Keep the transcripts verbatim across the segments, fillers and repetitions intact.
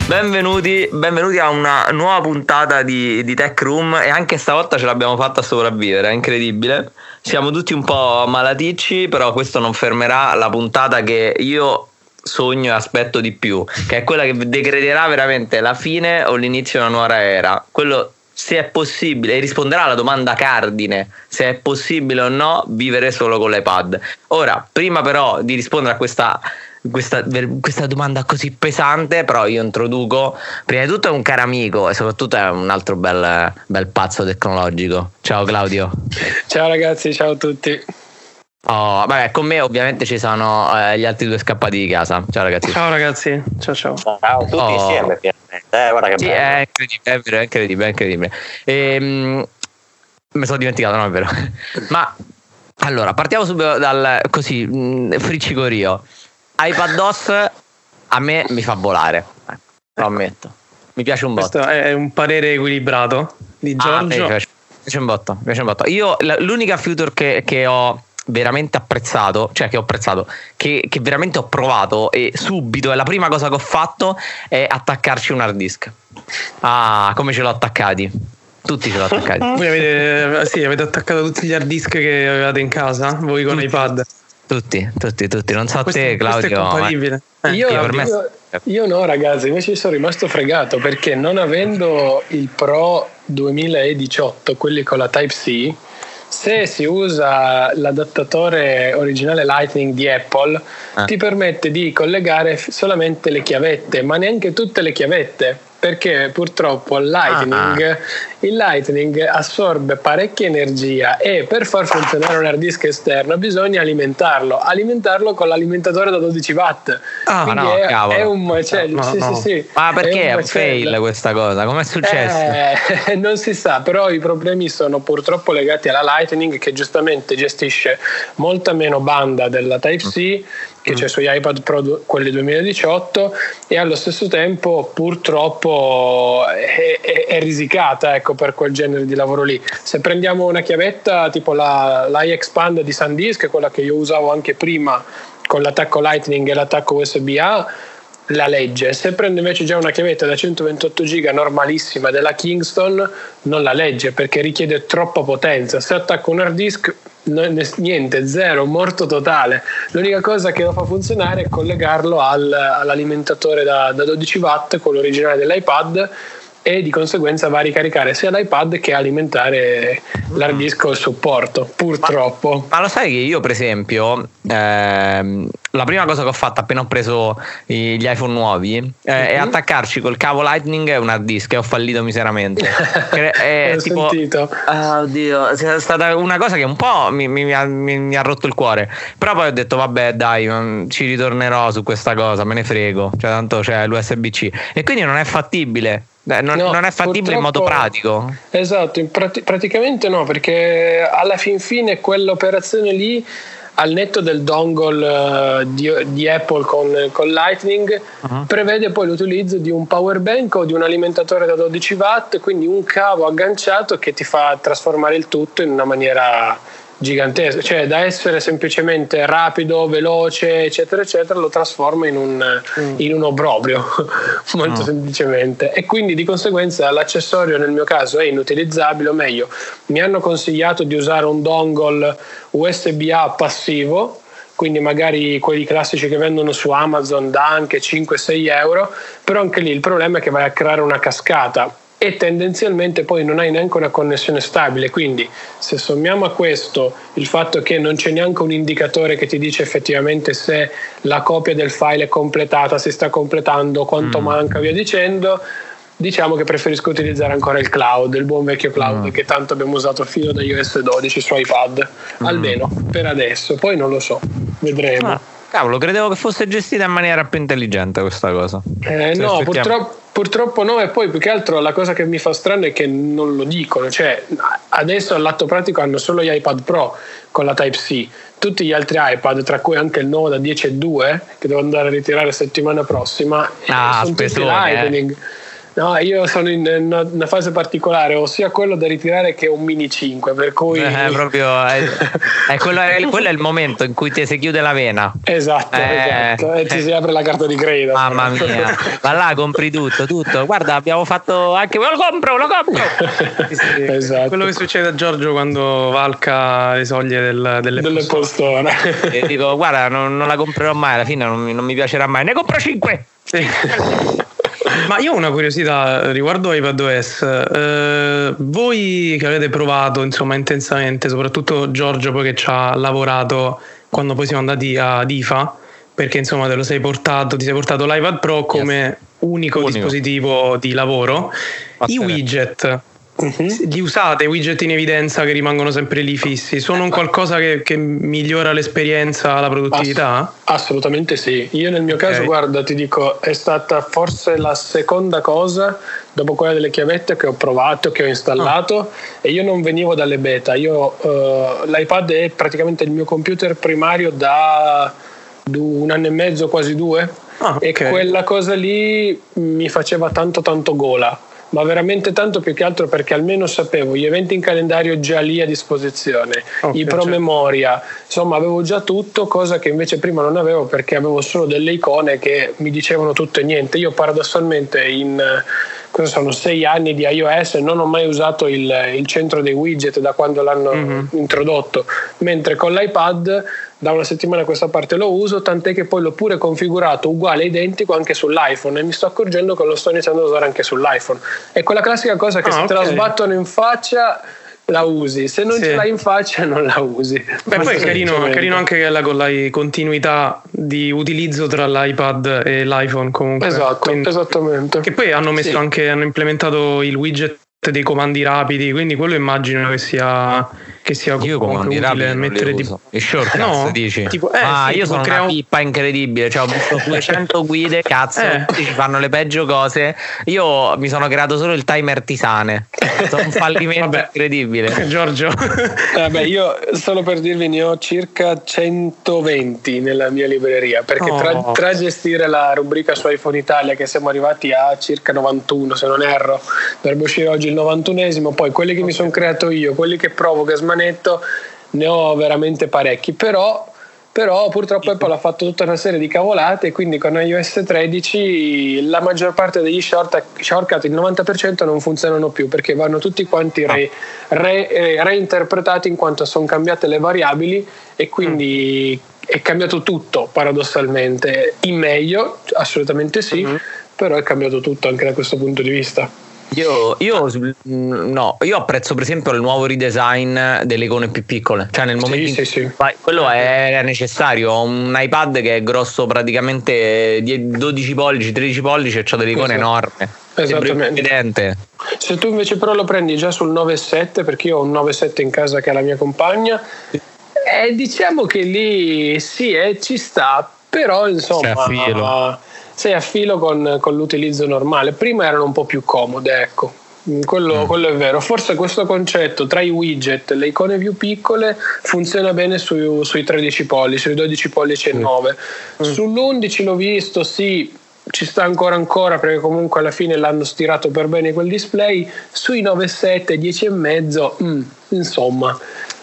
Benvenuti, benvenuti a una nuova puntata di, di Tech Room, e anche stavolta ce l'abbiamo fatta a sopravvivere, è incredibile. Siamo tutti un po' malaticci, però questo non fermerà la puntata che io sogno e aspetto di più, che è quella che decreterà veramente la fine o l'inizio di una nuova era. Quello, se è possibile, e risponderà alla domanda cardine, se è possibile o no vivere solo con l'iPad. Ora, prima però di rispondere a questa Questa, questa domanda così pesante, però io introduco prima di tutto è un caro amico e soprattutto è un altro bel, bel pazzo tecnologico. Ciao Claudio. Ciao ragazzi, ciao a tutti. Oh, vabbè, con me ovviamente ci sono eh, gli altri due scappati di casa. Ciao ragazzi. Ciao ragazzi, ciao ciao. Ciao, tutti oh. insieme finalmente. Eh, guarda che sì, bello. È incredibile, è vero, è incredibile, è incredibile. Ehm, mi sono dimenticato, no è vero. Ma allora, partiamo subito dal così mh, friccicorio. iPadOS a me mi fa volare, eh, lo ammetto, mi piace un botto. Questo è un parere equilibrato di Giorgio. Ah, mi piace, mi piace un botto, mi piace un botto. Io l'unica feature che, che ho veramente apprezzato, cioè che ho apprezzato, che, che veramente ho provato e subito, è la prima cosa che ho fatto, è attaccarci un hard disk. Ah, come ce l'ho attaccati? Tutti ce l'ho attaccati. Voi avete, sì, avete attaccato tutti gli hard disk che avevate in casa, voi con tutti. iPad. Tutti, tutti, tutti. Non so questo, te, Claudio. Questo è compatibile. Eh, io, io, me... io, io no, ragazzi, invece sono rimasto fregato perché non avendo il Pro duemiladiciotto, quelli con la Type-C, se si usa l'adattatore originale Lightning di Apple, ah. ti permette di collegare solamente le chiavette, ma neanche tutte le chiavette. Perché purtroppo il Lightning, ah. il Lightning assorbe parecchia energia e per far funzionare un hard disk esterno bisogna alimentarlo, alimentarlo con l'alimentatore da dodici watt. Ah, Quindi no, è, cavolo. è un macello. No, sì, no. sì, sì. Ma perché è un, un fail questa cosa? Com'è successo? Eh, non si sa, però i problemi sono purtroppo legati alla Lightning, che giustamente gestisce molta meno banda della Type-C che c'è sugli iPad Pro quelli duemiladiciotto, e allo stesso tempo purtroppo è, è, è risicata, ecco, per quel genere di lavoro lì. Se prendiamo una chiavetta tipo la, l'iXpand di SanDisk, quella che io usavo anche prima con l'attacco Lightning e l'attacco U S B A, la legge. Se prendo invece già una chiavetta da centoventotto giga normalissima della Kingston, non la legge perché richiede troppa potenza. Se attacco un hard disk, niente, zero, morto totale. L'unica cosa che lo fa funzionare è collegarlo al, all'alimentatore da, da dodici watt, quello originale dell'iPad, e di conseguenza va a ricaricare sia l'iPad che alimentare l'hard disk o il supporto, purtroppo. Ma, ma lo sai che io per esempio ehm, la prima cosa che ho fatto appena ho preso gli iPhone nuovi eh, mm-hmm. è attaccarci col cavo Lightning e un hard disk, e ho fallito miseramente. È ho tipo, sentito. Oh, oddio, è stata una cosa che un po' mi, mi, mi, ha, mi, mi ha rotto il cuore, però poi ho detto vabbè dai, ci ritornerò su questa cosa, me ne frego, cioè tanto c'è l'U S B C, e quindi non è fattibile. Non, no, non è fattibile in modo pratico. Esatto, in prati- praticamente no, perché alla fin fine quell'operazione lì, al netto del dongle uh, di, di Apple con, con Lightning, uh-huh. prevede poi l'utilizzo di un power bank o di un alimentatore da dodici watt, quindi un cavo agganciato che ti fa trasformare il tutto in una maniera gigantesca, cioè da essere semplicemente rapido, veloce, eccetera eccetera, lo trasforma in un, mm. in un obbrobrio molto mm. semplicemente, e quindi di conseguenza l'accessorio nel mio caso è inutilizzabile, o meglio, mi hanno consigliato di usare un dongle U S B A passivo, quindi magari quelli classici che vendono su Amazon da anche cinque sei euro, però anche lì il problema è che vai a creare una cascata e tendenzialmente poi non hai neanche una connessione stabile. Quindi se sommiamo a questo il fatto che non c'è neanche un indicatore che ti dice effettivamente se la copia del file è completata, si sta completando, quanto mm. manca, via dicendo, diciamo che preferisco utilizzare ancora il cloud, il buon vecchio cloud mm. che tanto abbiamo usato fino da iOS dodici su iPad, mm. almeno per adesso, poi non lo so, vedremo. Ah, cavolo, credevo che fosse gestita in maniera più intelligente questa cosa. Eh, no, effettivamente... purtroppo Purtroppo no, e poi più che altro la cosa che mi fa strano è che non lo dicono, cioè adesso all'atto pratico hanno solo gli iPad Pro con la Type-C, tutti gli altri iPad, tra cui anche il nuovo da dieci e due che devo andare a ritirare settimana prossima, ah, sono tutti spesone, Lightning. Eh. No, io sono in una, una fase particolare, ho sia quello da ritirare che un mini cinque, per cui eh, proprio è, è quello, è, quello è il momento in cui ti si chiude la vena. Esatto, eh, esatto. E ti eh, si apre la carta di credito. Mamma mia, va là, compri tutto, tutto. Guarda, abbiamo fatto anche lo compro, lo compro. Sì, sì. Esatto. Quello che succede a Giorgio quando valca le soglie del, delle, delle postone. E dico, guarda, non, non la comprerò mai, alla fine non, non mi piacerà mai. Ne compro cinque. Sì. Ma io ho una curiosità riguardo iPadOS. Eh, voi che avete provato insomma intensamente, soprattutto Giorgio poi che ci ha lavorato quando poi siamo andati ad I F A, perché insomma te lo sei portato, ti sei portato l'iPad Pro come yes. unico, unico dispositivo di lavoro. I widget, uh-huh. li usate, widget in evidenza che rimangono sempre lì fissi, sono un qualcosa che, che migliora l'esperienza, la produttività? Ass- assolutamente sì. Io nel mio okay. caso, guarda, ti dico, è stata forse la seconda cosa dopo quella delle chiavette che ho provato, che ho installato, oh. e io non venivo dalle beta. Io uh, l'iPad è praticamente il mio computer primario da un anno e mezzo, quasi due, oh, okay. e quella cosa lì mi faceva tanto tanto gola. Ma veramente tanto, più che altro perché almeno sapevo gli eventi in calendario già lì a disposizione, okay, i promemoria, insomma avevo già tutto, cosa che invece prima non avevo perché avevo solo delle icone che mi dicevano tutto e niente. Io paradossalmente in cosa sono sei anni di iOS non ho mai usato il, il centro dei widget da quando l'hanno mm-hmm. introdotto, mentre con l'iPad da una settimana a questa parte lo uso, tant'è che poi l'ho pure configurato uguale, identico anche sull'iPhone, e mi sto accorgendo che lo sto iniziando a usare anche sull'iPhone. È quella classica cosa che ah, se okay. te la sbattono in faccia la usi, se non sì. ce l'hai in faccia non la usi. Beh, poi è carino, carino anche che la, con la continuità di utilizzo tra l'iPad e l'iPhone comunque. Esatto, quindi, esattamente. Che poi hanno messo sì. anche, hanno implementato il widget dei comandi rapidi, quindi quello immagino che sia che sia io comandi rapidi mettere di e shortcuts, no? Dici tipo, eh, ah sì, io sono una pippa incredibile, cioè ho visto duecento guide, cazzo, eh. ci fanno le peggio cose, io mi sono creato solo il timer tisane, sono un fallimento Vabbè. incredibile. Giorgio Vabbè, io solo per dirvi ne ho circa centoventi nella mia libreria, perché oh. tra, tra gestire la rubrica su iPhone Italia, che siamo arrivati a circa novantuno se non erro, dovrebbe uscire oggi il novantunesimo, poi quelli che okay. mi sono creato io, quelli che provo, che smanetto, ne ho veramente parecchi, però però purtroppo Apple ha fatto tutta una serie di cavolate e quindi con iOS tredici la maggior parte degli short, shortcut, il novanta per cento non funzionano più perché vanno tutti quanti re, re, reinterpretati in quanto sono cambiate le variabili e quindi mm. è cambiato tutto paradossalmente, in meglio assolutamente sì, mm-hmm. però è cambiato tutto anche da questo punto di vista. Io, io no, io apprezzo per esempio il nuovo redesign delle icone più piccole, cioè nel momento sì, in cui sì, sì. Vai, quello è necessario. Ho un iPad che è grosso praticamente dodici pollici, tredici pollici e c'ha delle icone esatto. enormi. Esattamente. Se tu invece però lo prendi già sul nove sette, perché io ho un nove sette in casa che è la mia compagna, eh, diciamo che lì sì, eh, ci sta, però insomma sei a filo con, con l'utilizzo normale. Prima erano un po' più comode, ecco, quello, mm. quello è vero. Forse questo concetto tra i widget, le icone più piccole funziona bene su, sui tredici pollici, sui dodici pollici e nove. Mm. Sull'undici l'ho visto, sì, ci sta ancora ancora perché comunque alla fine l'hanno stirato per bene quel display. Sui nove sette, dieci e mezzo, mm, insomma.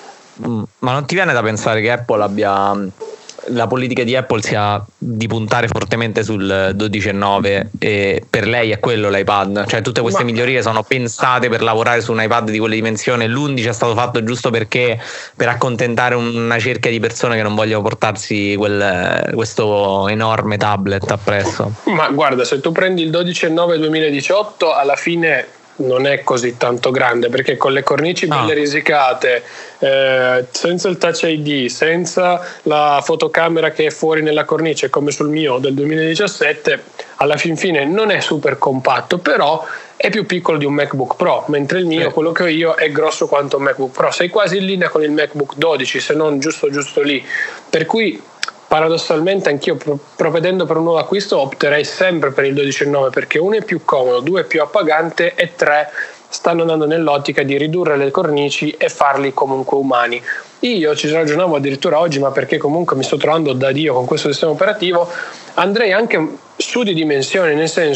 Mm. Ma non ti viene da pensare che Apple abbia... la politica di Apple sia di puntare fortemente sul dodici e nove e per lei è quello l'iPad, cioè tutte queste Ma... migliorie sono pensate per lavorare su un iPad di quelle dimensioni. L'undici è stato fatto giusto perché per accontentare una cerchia di persone che non vogliono portarsi quel, questo enorme tablet appresso. Ma guarda, se tu prendi il dodici e nove duemiladiciotto alla fine non è così tanto grande perché con le cornici no. belle risicate, eh, senza il Touch I D, senza la fotocamera che è fuori nella cornice come sul mio del duemiladiciassette, alla fin fine non è super compatto, però è più piccolo di un MacBook Pro, mentre il mio, sì. quello che ho io, è grosso quanto un MacBook Pro. Sei quasi in linea con il MacBook dodici, se non giusto giusto lì, per cui paradossalmente anch'io provedendo per un nuovo acquisto opterei sempre per il dodici e nove perché uno è più comodo, due è più appagante e tre stanno andando nell'ottica di ridurre le cornici e farli comunque umani. Io ci ragionavo addirittura oggi, ma perché comunque mi sto trovando da Dio con questo sistema operativo, andrei anche su di dimensioni, nel senso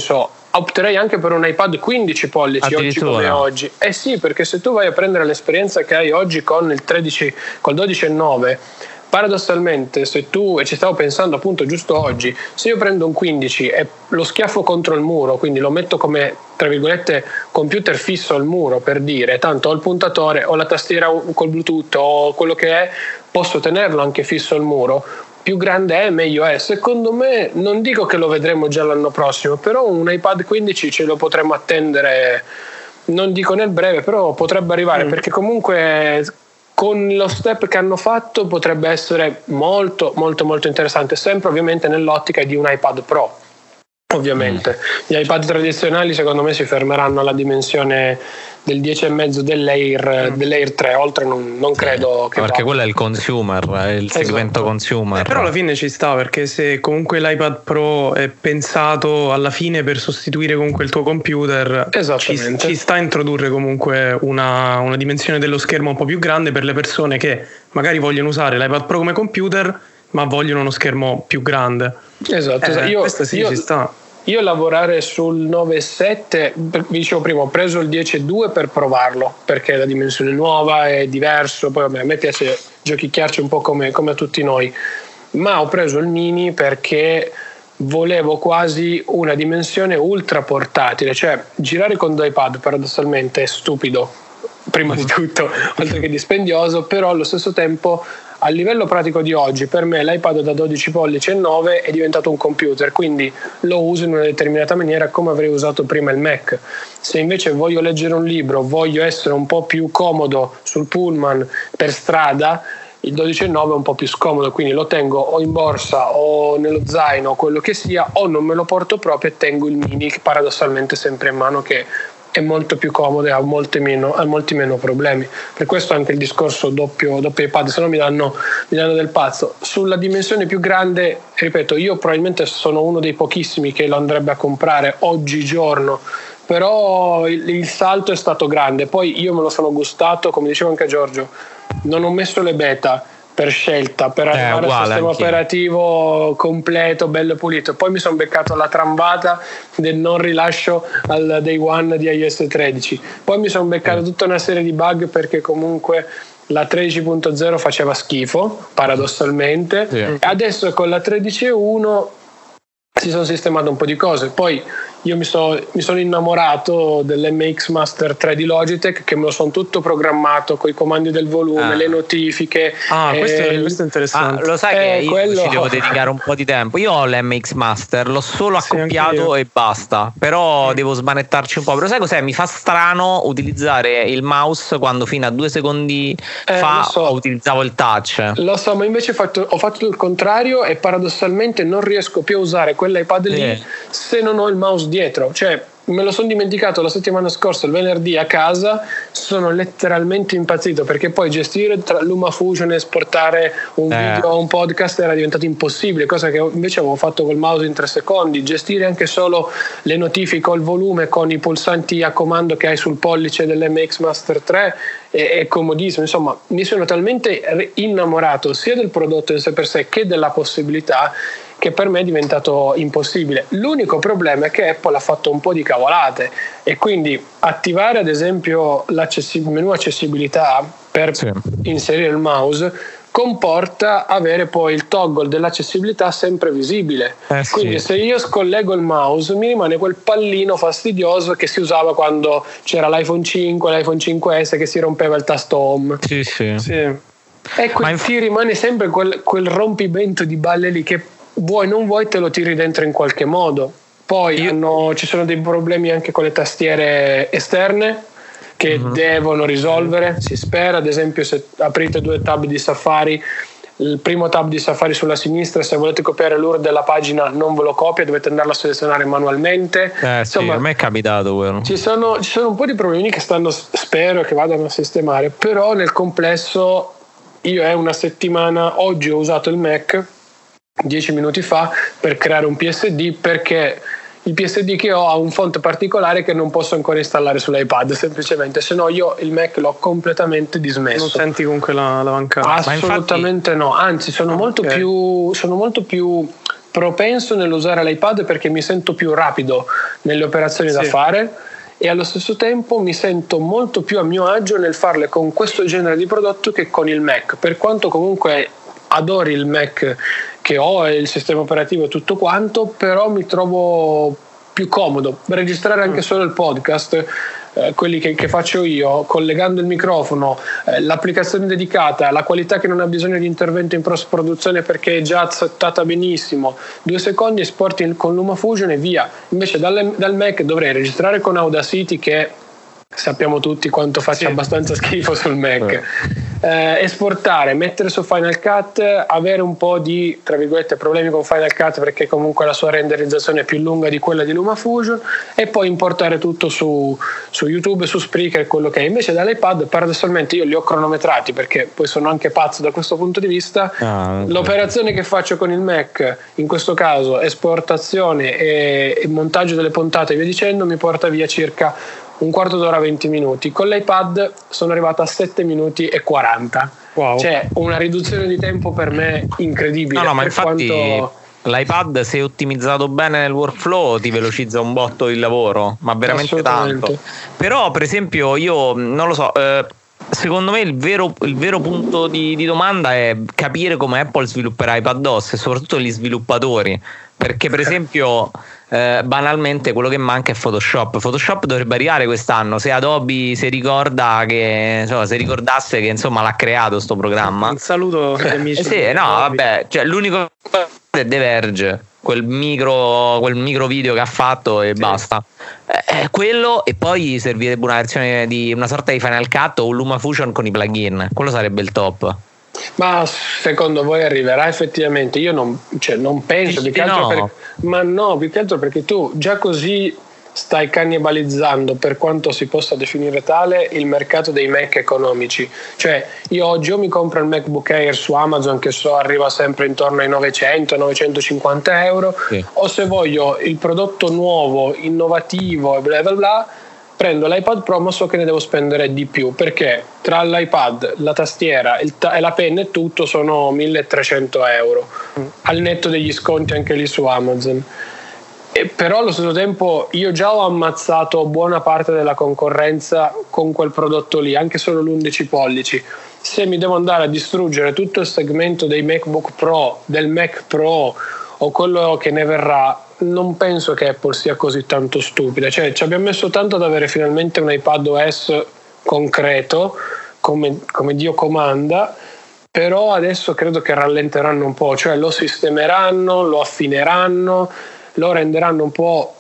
opterei anche per un iPad quindici pollici oggi come oggi. Eh sì, perché se tu vai a prendere l'esperienza che hai oggi con il tredici, col dodici e nove, paradossalmente, se tu, e ci stavo pensando appunto giusto oggi, se io prendo un quindici e lo schiaffo contro il muro, quindi lo metto come, tra virgolette, computer fisso al muro, per dire, tanto ho il puntatore, ho la tastiera col Bluetooth, o quello che è, posso tenerlo anche fisso al muro, più grande è meglio è. Secondo me, non dico che lo vedremo già l'anno prossimo, però un iPad quindici ce lo potremmo attendere, non dico nel breve, però potrebbe arrivare, mm. perché comunque con lo step che hanno fatto potrebbe essere molto molto molto interessante, sempre ovviamente nell'ottica di un iPad Pro. Ovviamente gli iPad tradizionali secondo me si fermeranno alla dimensione del dieci e mezzo dell'Air, mm. dell'Air tre, oltre non, non credo che perché va. quello è il consumer, è il esatto. segmento consumer. Eh, però alla fine ci sta, perché se comunque l'iPad Pro è pensato alla fine per sostituire comunque il tuo computer, ci, ci sta a introdurre comunque una, una dimensione dello schermo un po' più grande per le persone che magari vogliono usare l'iPad Pro come computer ma vogliono uno schermo più grande. Esatto, esatto. Eh, io, questo sì, io, ci sta. Io lavorare sul nove e sette, vi dicevo prima, ho preso il dieci e due per provarlo, perché la dimensione nuova è diverso, poi vabbè, a me piace giochicchiarci un po' come, come a tutti noi, ma ho preso il mini perché volevo quasi una dimensione ultra portatile, cioè girare con due iPad paradossalmente è stupido, prima di tutto, oltre che dispendioso, però allo stesso tempo a livello pratico di oggi per me l'iPad da dodici pollici e nove è diventato un computer, quindi lo uso in una determinata maniera come avrei usato prima il Mac. Se invece voglio leggere un libro, voglio essere un po' più comodo sul pullman per strada, il dodici e nove è un po' più scomodo, quindi lo tengo o in borsa o nello zaino o quello che sia, o non me lo porto proprio e tengo il mini che paradossalmente sempre in mano, che è molto più comodo e ha molti meno, ha molti meno problemi. Per questo anche il discorso doppio, doppio iPad, se no mi danno, mi danno del pazzo. Sulla dimensione più grande, ripeto, io probabilmente sono uno dei pochissimi che lo andrebbe a comprare oggigiorno, però il, il salto è stato grande. Poi io me lo sono gustato, come diceva anche Giorgio, non ho messo le beta per scelta, per eh, arrivare al sistema anch'io. operativo completo, bello pulito. Poi mi sono beccato la trambata del non rilascio al day one di iOS tredici, poi mi sono beccato tutta una serie di bug perché comunque la tredici punto zero faceva schifo paradossalmente, sì. E adesso con la tredici punto uno si sono sistemato un po' di cose. Poi io mi, so, mi sono innamorato dell'M X Master tre di Logitech, che me lo sono tutto programmato con i comandi del volume, ah. le notifiche. Ah, eh, questo, è, questo è interessante. Ah, lo sai eh, che io quello... ci devo dedicare un po' di tempo. Io ho l'M X Master, l'ho solo sì, accoppiato e basta. Però mm. devo smanettarci un po'. Però sai cos'è? Mi fa strano utilizzare il mouse quando fino a due secondi eh, fa so. utilizzavo il touch. Lo so, ma invece ho fatto, ho fatto il contrario e paradossalmente non riesco più a usare quell'iPad lì eh. se non ho il mouse dietro, cioè me lo sono dimenticato la settimana scorsa, il venerdì a casa, sono letteralmente impazzito perché poi gestire tra LumaFusion e esportare un eh. video o un podcast era diventato impossibile, cosa che invece avevo fatto col mouse in tre secondi. Gestire anche solo le notifiche o il volume con i pulsanti a comando che hai sul pollice dell'M X Master tre è, è comodissimo. Insomma, mi sono talmente innamorato sia del prodotto in sé per sé che della possibilità che per me è diventato impossibile. L'unico problema è che Apple ha fatto un po' di cavolate e quindi attivare ad esempio il menu accessibilità per sì. inserire il mouse comporta avere poi il toggle dell'accessibilità sempre visibile, eh sì. quindi se io scollego il mouse mi rimane quel pallino fastidioso che si usava quando c'era l'iPhone cinque, l'iPhone cinque S che si rompeva il tasto home. Sì, sì. sì. E quindi inf- ti rimane sempre quel, quel rompimento di balle lì che vuoi non vuoi te lo tiri dentro in qualche modo. Poi hanno, ci sono dei problemi anche con le tastiere esterne che uh-huh. devono risolvere, si spera. Ad esempio, se aprite due tab di Safari, il primo tab di Safari sulla sinistra, se volete copiare l'U R L della pagina non ve lo copia, dovete andarlo a selezionare manualmente. Eh, Insomma, sì, a me è capitato quello. Ci sono, ci sono un po' di problemi che stanno, spero che vadano a sistemare, però nel complesso io è una settimana, oggi ho usato il Mac dieci minuti fa per creare un P S D, perché il P S D che ho ha un font particolare che non posso ancora installare sull'iPad, semplicemente, se no io il Mac l'ho completamente dismesso. Non senti comunque la, la mancanza? Assolutamente infatti... no, anzi sono molto okay. più sono molto più propenso nell'usare l'iPad perché mi sento più rapido nelle operazioni sì. da fare, e allo stesso tempo mi sento molto più a mio agio nel farle con questo genere di prodotto che con il Mac, per quanto comunque adori il Mac che ho e il sistema operativo e tutto quanto, però mi trovo più comodo registrare anche solo il podcast, eh, quelli che, che faccio io, collegando il microfono, eh, l'applicazione dedicata, la qualità che non ha bisogno di intervento in post produzione perché è già settata benissimo, due secondi esporti con LumaFusion e via. Invece dal, dal Mac dovrei registrare con Audacity, che sappiamo tutti quanto faccia sì. abbastanza schifo sul Mac, eh, esportare, mettere su Final Cut, avere un po' di tra virgolette problemi con Final Cut perché comunque la sua renderizzazione è più lunga di quella di LumaFusion, e poi importare tutto su, su YouTube, su Spreaker, quello che è. Invece dall'iPad paradossalmente io li ho cronometrati perché poi sono anche pazzo da questo punto di vista. ah, l'operazione che faccio con il Mac, in questo caso esportazione e, e montaggio delle puntate e via dicendo, mi porta via circa un quarto d'ora, venti minuti. Con l'iPad sono arrivato a sette minuti e quaranta. Wow. Cioè una riduzione di tempo per me incredibile. No, no, ma per infatti quanto... l'iPad, se ottimizzato bene nel workflow, ti velocizza un botto il lavoro, ma veramente tanto. Però per esempio io non lo so, eh, secondo me il vero, il vero punto di, di domanda è capire come Apple svilupperà iPadOS e soprattutto gli sviluppatori, perché per esempio Eh, banalmente quello che manca è Photoshop. Photoshop dovrebbe arrivare quest'anno, se Adobe si ricorda che insomma, se ricordasse che insomma l'ha creato sto programma. Un saluto agli amici. Eh sì, no, vabbè, cioè l'unico è The Verge, quel micro quel micro video che ha fatto e sì. basta. Eh, quello, e poi servirebbe una versione di una sorta di Final Cut o un LumaFusion con i plugin. Quello sarebbe il top. Ma secondo voi arriverà effettivamente? Io non, cioè, non penso, più che altro no. per, ma no, più che altro perché tu già così stai cannibalizzando, per quanto si possa definire tale, il mercato dei Mac economici. Cioè io oggi o mi compro il MacBook Air su Amazon, che so arriva sempre intorno ai novecento novecentocinquanta euro, sì. o se voglio il prodotto nuovo, innovativo e bla bla bla, prendo l'iPad Pro, ma so che ne devo spendere di più, perché tra l'iPad, la tastiera il ta- e la penna e tutto sono milletrecento euro, mm. al netto degli sconti anche lì su Amazon. E però allo stesso tempo io già ho ammazzato buona parte della concorrenza con quel prodotto lì, anche solo l'undici pollici. Se mi devo andare a distruggere tutto il segmento dei MacBook Pro, del Mac Pro o quello che ne verrà, non penso che Apple sia così tanto stupida. Cioè ci abbiamo messo tanto ad avere finalmente un iPadOS concreto, come, come Dio comanda, però adesso credo che rallenteranno un po', cioè lo sistemeranno, lo affineranno, lo renderanno un po'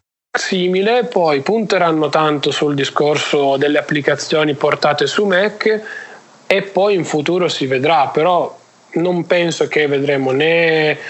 simile, poi punteranno tanto sul discorso delle applicazioni portate su Mac e poi in futuro si vedrà. Però non penso che vedremo né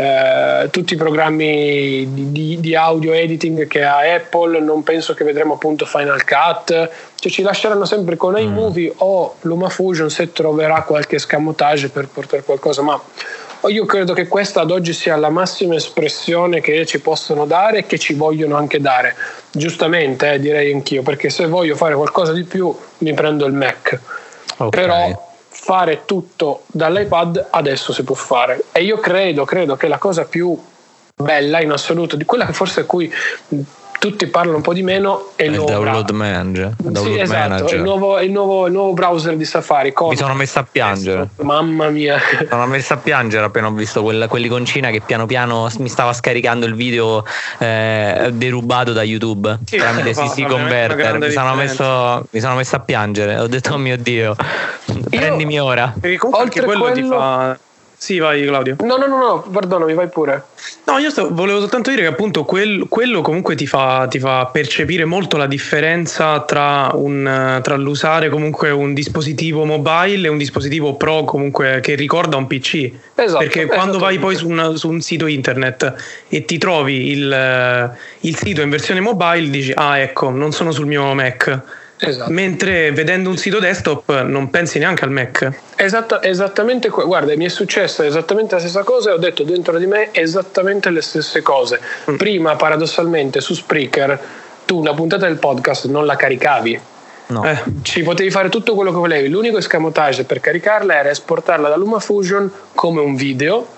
eh, tutti i programmi di, di, di audio editing che ha Apple, non penso che vedremo appunto Final Cut, cioè ci lasceranno sempre con iMovie mm. o LumaFusion se troverà qualche escamotage per portare qualcosa, ma io credo che questa ad oggi sia la massima espressione che ci possono dare e che ci vogliono anche dare, giustamente, eh, direi anch'io, perché se voglio fare qualcosa di più mi prendo il Mac, okay. Però fare tutto dall'iPad adesso si può fare, e io credo credo che la cosa più bella in assoluto, di quella che forse a cui tutti parlano un po' di meno, è il, il nuovo download manager, sì, download esatto, manager. Il, nuovo, il, nuovo, il nuovo browser di Safari. Mi sono messo a piangere, mamma mia, mi sono messo a piangere appena ho visto quella, quell'iconcina che piano piano mi stava scaricando il video eh, derubato da YouTube, sì, tramite C C Converter. Mi sono, messo, mi sono messo a piangere, ho detto oh mio Dio, prendimi io, ora. Perché comunque anche quello, quello ti fa. Sì, vai Claudio. No, no, no, no, perdonami, vai pure. No, io sto, volevo soltanto dire che appunto quel, quello comunque ti fa, ti fa percepire molto la differenza tra, un, tra l'usare comunque un dispositivo mobile e un dispositivo pro comunque che ricorda un P C. Esatto. Perché quando vai poi su, una, su un sito internet e ti trovi il, il sito in versione mobile, dici ah ecco, non sono sul mio Mac. Esatto. Mentre vedendo un sito desktop non pensi neanche al Mac. Esatto, esattamente, guarda, mi è successa esattamente la stessa cosa e ho detto dentro di me esattamente le stesse cose. Mm. Prima paradossalmente su Spreaker tu una puntata del podcast non la caricavi. No. Eh, ci potevi fare tutto quello che volevi, l'unico escamotage per caricarla era esportarla da LumaFusion come un video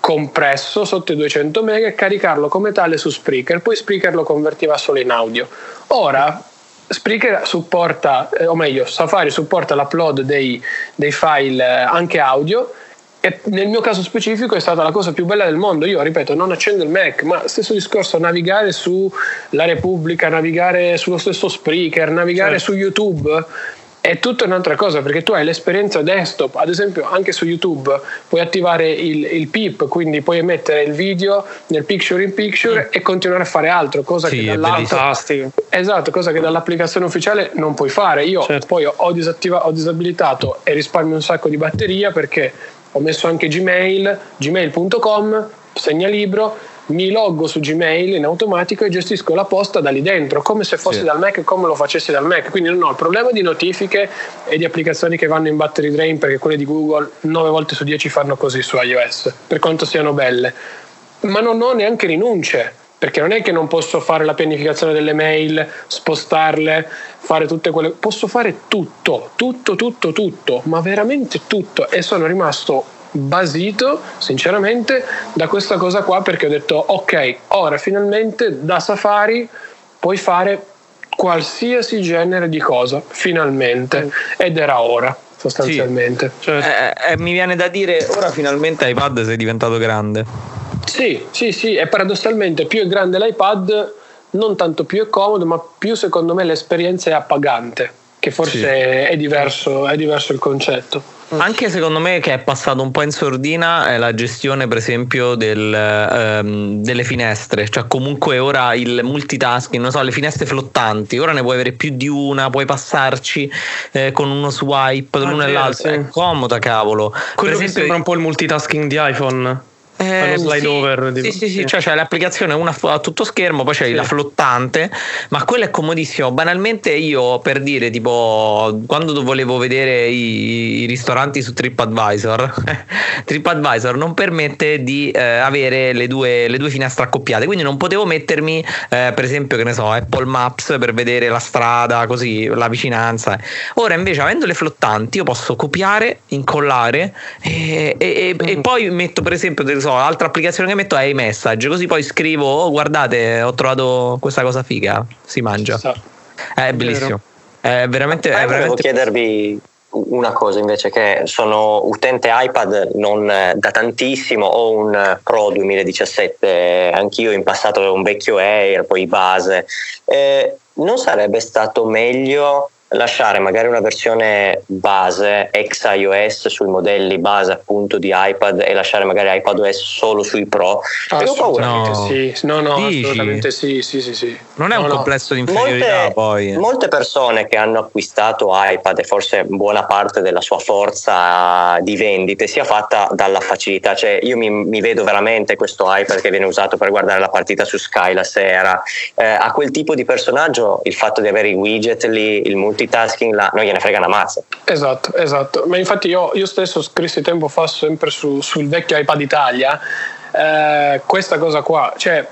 compresso sotto i duecento mega e caricarlo come tale su Spreaker, poi Spreaker lo convertiva solo in audio. Ora Spreaker supporta, eh, o meglio Safari supporta l'upload dei, dei file eh, anche audio, e nel mio caso specifico è stata la cosa più bella del mondo. Io ripeto, non accendo il Mac, ma stesso discorso, navigare su La Repubblica, navigare sullo stesso Spreaker, navigare certo. su YouTube è tutta un'altra cosa, perché tu hai l'esperienza desktop. Ad esempio anche su YouTube puoi attivare il, il P I P, quindi puoi mettere il video nel picture in picture mm. e continuare a fare altro, cosa sì, che dall'altro esatto, cosa che dall'applicazione ufficiale non puoi fare. Io certo. poi ho, disattiva, ho disabilitato e risparmio un sacco di batteria, perché ho messo anche Gmail, gmail punto com, segnalibro, mi loggo su Gmail in automatico e gestisco la posta da lì dentro, come se fossi sì. dal Mac, come lo facessi dal Mac. Quindi non ho il problema di notifiche e di applicazioni che vanno in battery drain, perché quelle di Google nove volte su dieci fanno così su iOS, per quanto siano belle. Ma non ho neanche rinunce, perché non è che non posso fare la pianificazione delle mail, spostarle, fare tutte quelle, posso fare tutto, tutto, tutto, tutto, ma veramente tutto, e sono rimasto basito sinceramente da questa cosa qua, perché ho detto ok, ora finalmente da Safari puoi fare qualsiasi genere di cosa, finalmente, ed era ora sostanzialmente. Sì. Cioè, eh, eh, mi viene da dire, ora finalmente iPad sei diventato grande. Sì, sì, sì, e paradossalmente più è grande l'iPad, non tanto più è comodo, ma più secondo me l'esperienza è appagante, che forse sì. è diverso, è diverso il concetto. Anche secondo me che è passato un po' in sordina è la gestione per esempio del, ehm, delle finestre, cioè comunque ora il multitasking, non so, le finestre flottanti, ora ne puoi avere più di una, puoi passarci eh, con uno swipe dall'uno ah, all'altro, sì. è comoda cavolo. Quello per esempio, che sembra un po' il multitasking di iPhone. Eh, slide sì, over sì, sì, sì, cioè c'è l'applicazione una a tutto schermo, poi c'è sì. la flottante, ma quello è comodissimo. Banalmente io, per dire, tipo quando volevo vedere i, i ristoranti su TripAdvisor TripAdvisor non permette di eh, avere le due, le due finestre accoppiate, quindi non potevo mettermi eh, per esempio, che ne so, Apple Maps per vedere la strada, così, la vicinanza. Ora invece, avendo le flottanti, io posso copiare, incollare e, e, e, mm. e poi metto per esempio del So, l'altra applicazione che metto è iMessage, così poi scrivo oh, guardate ho trovato questa cosa figa, si mangia, è bellissimo, è veramente, eh, è veramente... Volevo chiedervi una cosa invece, che sono utente iPad non da tantissimo, ho un Pro duemiladiciassette, anch'io in passato avevo un vecchio Air, poi base, eh, non sarebbe stato meglio lasciare magari una versione base ex iOS sui modelli base appunto di iPad e lasciare magari iPadOS solo sui Pro? Assolutamente no. sì, no no Dici? assolutamente sì, sì, sì, sì. Non è no, un no. complesso di inferiorità. Molte, poi molte persone che hanno acquistato iPad, e forse buona parte della sua forza di vendite sia fatta dalla facilità, cioè io mi, mi vedo veramente questo iPad che viene usato per guardare la partita su Sky la sera, eh, a quel tipo di personaggio il fatto di avere i widget lì, il multitasking là, non gliene frega una mazza. Esatto, esatto. Ma infatti io, io stesso scrissi tempo fa sempre su, sul vecchio iPad Italia eh, questa cosa qua, cioè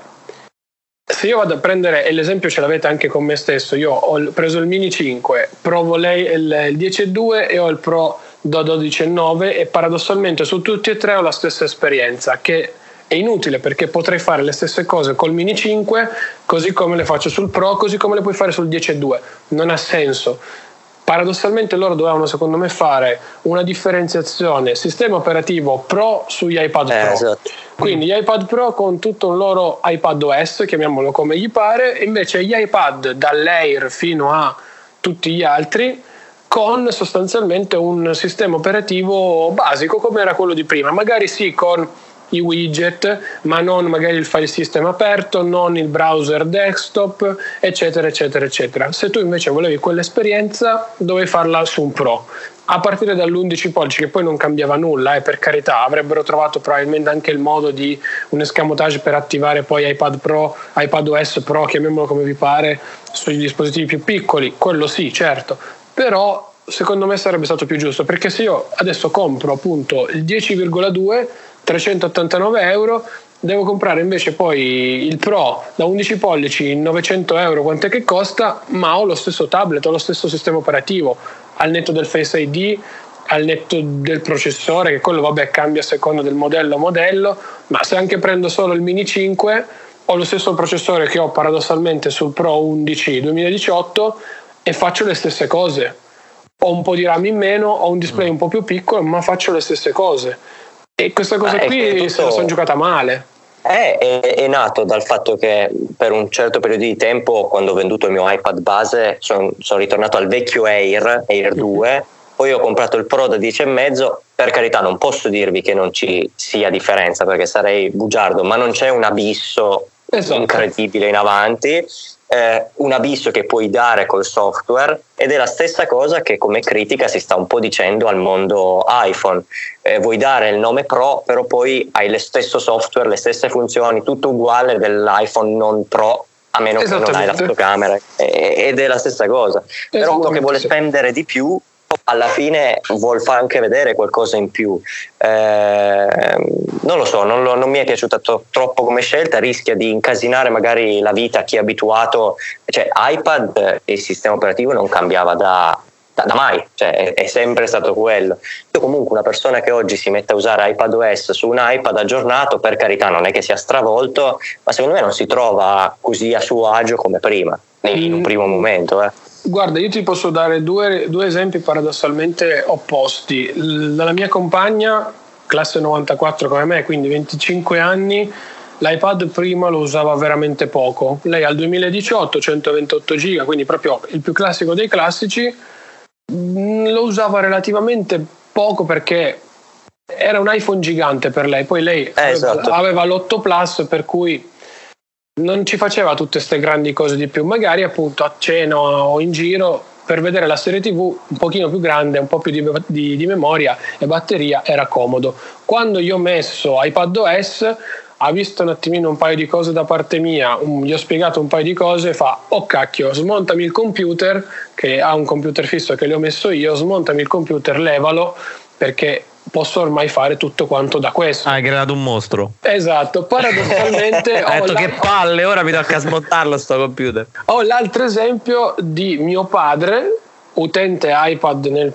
se io vado a prendere, e l'esempio ce l'avete anche con me stesso, io ho preso il Mini cinque, provo lei il, il dieci virgola due e ho il Pro da dodici virgola nove e paradossalmente su tutti e tre ho la stessa esperienza, che è inutile perché potrei fare le stesse cose col Mini cinque così come le faccio sul Pro, così come le puoi fare sul dieci virgola due, non ha senso. Paradossalmente loro dovevano secondo me fare una differenziazione sistema operativo Pro sugli iPad Pro, eh, esatto. quindi gli iPad Pro con tutto il loro iPadOS, chiamiamolo come gli pare, e invece gli iPad dall'Air fino a tutti gli altri con sostanzialmente un sistema operativo basico come era quello di prima, magari sì con i widget, ma non magari il file system aperto, non il browser desktop, eccetera eccetera eccetera. Se tu invece volevi quell'esperienza dovevi farla su un Pro a partire dall'undici pollici, che poi non cambiava nulla, eh, per carità, avrebbero trovato probabilmente anche il modo di un escamotage per attivare poi iPad Pro, iPadOS Pro, chiamiamolo come vi pare, sui dispositivi più piccoli, quello sì, certo, però secondo me sarebbe stato più giusto, perché se io adesso compro appunto il dieci virgola due trecentottantanove euro, devo comprare invece poi il Pro da undici pollici novecento euro, quant'è che costa, ma ho lo stesso tablet, ho lo stesso sistema operativo, al netto del Face I D al netto del processore, che quello vabbè cambia a seconda del modello a modello, ma se anche prendo solo il Mini cinque ho lo stesso processore che ho paradossalmente sul Pro undici duemiladiciotto e faccio le stesse cose. Ho un po' di RAM in meno, ho un display un po' più piccolo, ma faccio le stesse cose. E questa cosa ah, qui tutto... se la sono giocata male. È, è, è nato dal fatto che per un certo periodo di tempo, quando ho venduto il mio iPad base, sono son ritornato al vecchio Air, Air due, poi ho comprato il Pro da dieci e mezzo. Per carità, non posso dirvi che non ci sia differenza, perché sarei bugiardo, ma non c'è un abisso esatto. incredibile in avanti, eh, un abisso che puoi dare col software, ed è la stessa cosa che come critica si sta un po' dicendo al mondo iPhone. Eh, vuoi dare il nome Pro, però poi hai lo stesso software, le stesse funzioni, tutto uguale dell'iPhone non Pro, a meno che non hai la fotocamera, eh, ed è la stessa cosa. Però uno che vuole spendere di più alla fine vuol far anche vedere qualcosa in più. Eh, non lo so, non, lo, non mi è piaciuta to- troppo come scelta, rischia di incasinare magari la vita a chi è abituato. Cioè iPad, il sistema operativo non cambiava da, da, da mai, cioè è, è sempre stato quello. Io comunque una persona che oggi si mette a usare iPadOS su un iPad aggiornato, per carità non è che sia stravolto, ma secondo me non si trova così a suo agio come prima, in un primo momento. Eh. Guarda, io ti posso dare due, due esempi paradossalmente opposti. Dalla mia compagna, classe novantaquattro come me, quindi venticinque anni, l'iPad prima lo usava veramente poco. Lei al duemiladiciotto, centoventotto giga, quindi proprio il più classico dei classici, lo usava relativamente poco perché era un iPhone gigante per lei. Poi lei eh, esatto. aveva l'otto Plus, per cui non ci faceva tutte queste grandi cose di più, magari appunto a cena o in giro per vedere la serie tv un pochino più grande, un po' più di, di, di memoria e batteria, era comodo. Quando io ho messo iPadOS ha visto un attimino un paio di cose da parte mia, um, gli ho spiegato un paio di cose e fa: oh cacchio, smontami il computer, che ha un computer fisso che le ho messo io, smontami il computer, levalo, perché posso ormai fare tutto quanto da questo. Hai creato un mostro. Esatto, paradossalmente ho detto che palle, ora mi tocca smontarlo sto computer. Ho l'altro esempio di mio padre, utente iPad nel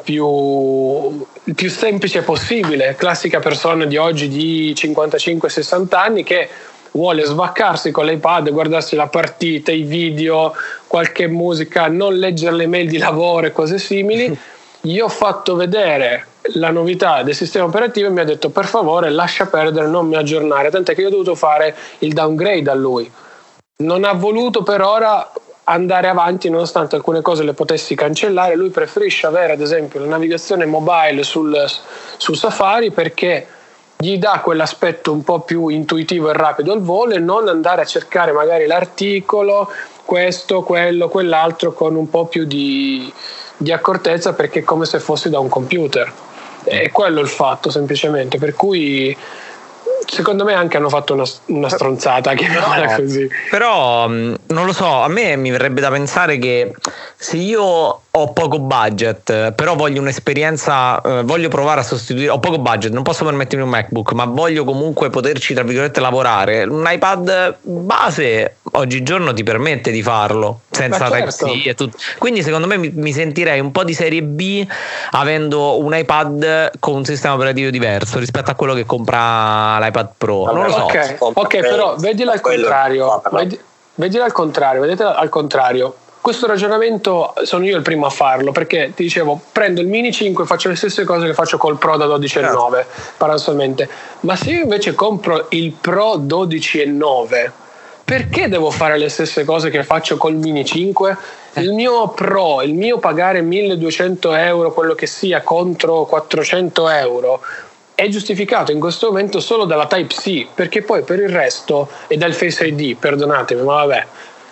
più, il più semplice possibile, classica persona di oggi di cinquantacinque sessanta anni che vuole svaccarsi con l'iPad, guardarsi la partita, i video, qualche musica, non leggere le mail di lavoro e cose simili. Gli ho fatto vedere la novità del sistema operativo e mi ha detto: per favore lascia perdere, non mi aggiornare, tant'è che io ho dovuto fare il downgrade a lui. Non ha voluto per ora andare avanti nonostante alcune cose le potessi cancellare. Lui preferisce avere ad esempio la navigazione mobile sul, su Safari, perché gli dà quell'aspetto un po' più intuitivo e rapido al volo, e non andare a cercare magari l'articolo, questo, quello, quell'altro con un po' più di, di accortezza, perché è come se fossi da un computer. È quello il fatto, semplicemente, per cui secondo me anche hanno fatto una, una stronzata, chiamiamola così. Però non lo so, a me mi verrebbe da pensare che se io ho poco budget, però voglio un'esperienza, eh, voglio provare a sostituire, ho poco budget, non posso permettermi un MacBook, ma voglio comunque poterci tra virgolette lavorare, un iPad base oggigiorno ti permette di farlo senza certo. Type-C e tutto. Quindi secondo me mi, mi sentirei un po' di serie B avendo un iPad con un sistema operativo diverso rispetto a quello che compra l'iPad Pro. Non lo so. Ok, okay però vedila al contrario, vedi, vedila al contrario, vedete al contrario. Questo ragionamento sono io il primo a farlo, perché ti dicevo, prendo il Mini cinque e faccio le stesse cose che faccio col Pro da dodici e nove paradossalmente. Ma se io invece compro il Pro dodici e nove, perché devo fare le stesse cose che faccio col Mini cinque? Il mio Pro, il mio pagare milleduecento euro, quello che sia, contro quattrocento euro, è giustificato in questo momento solo dalla Type-C, perché poi per il resto, e dal Face I D, perdonatemi, ma vabbè,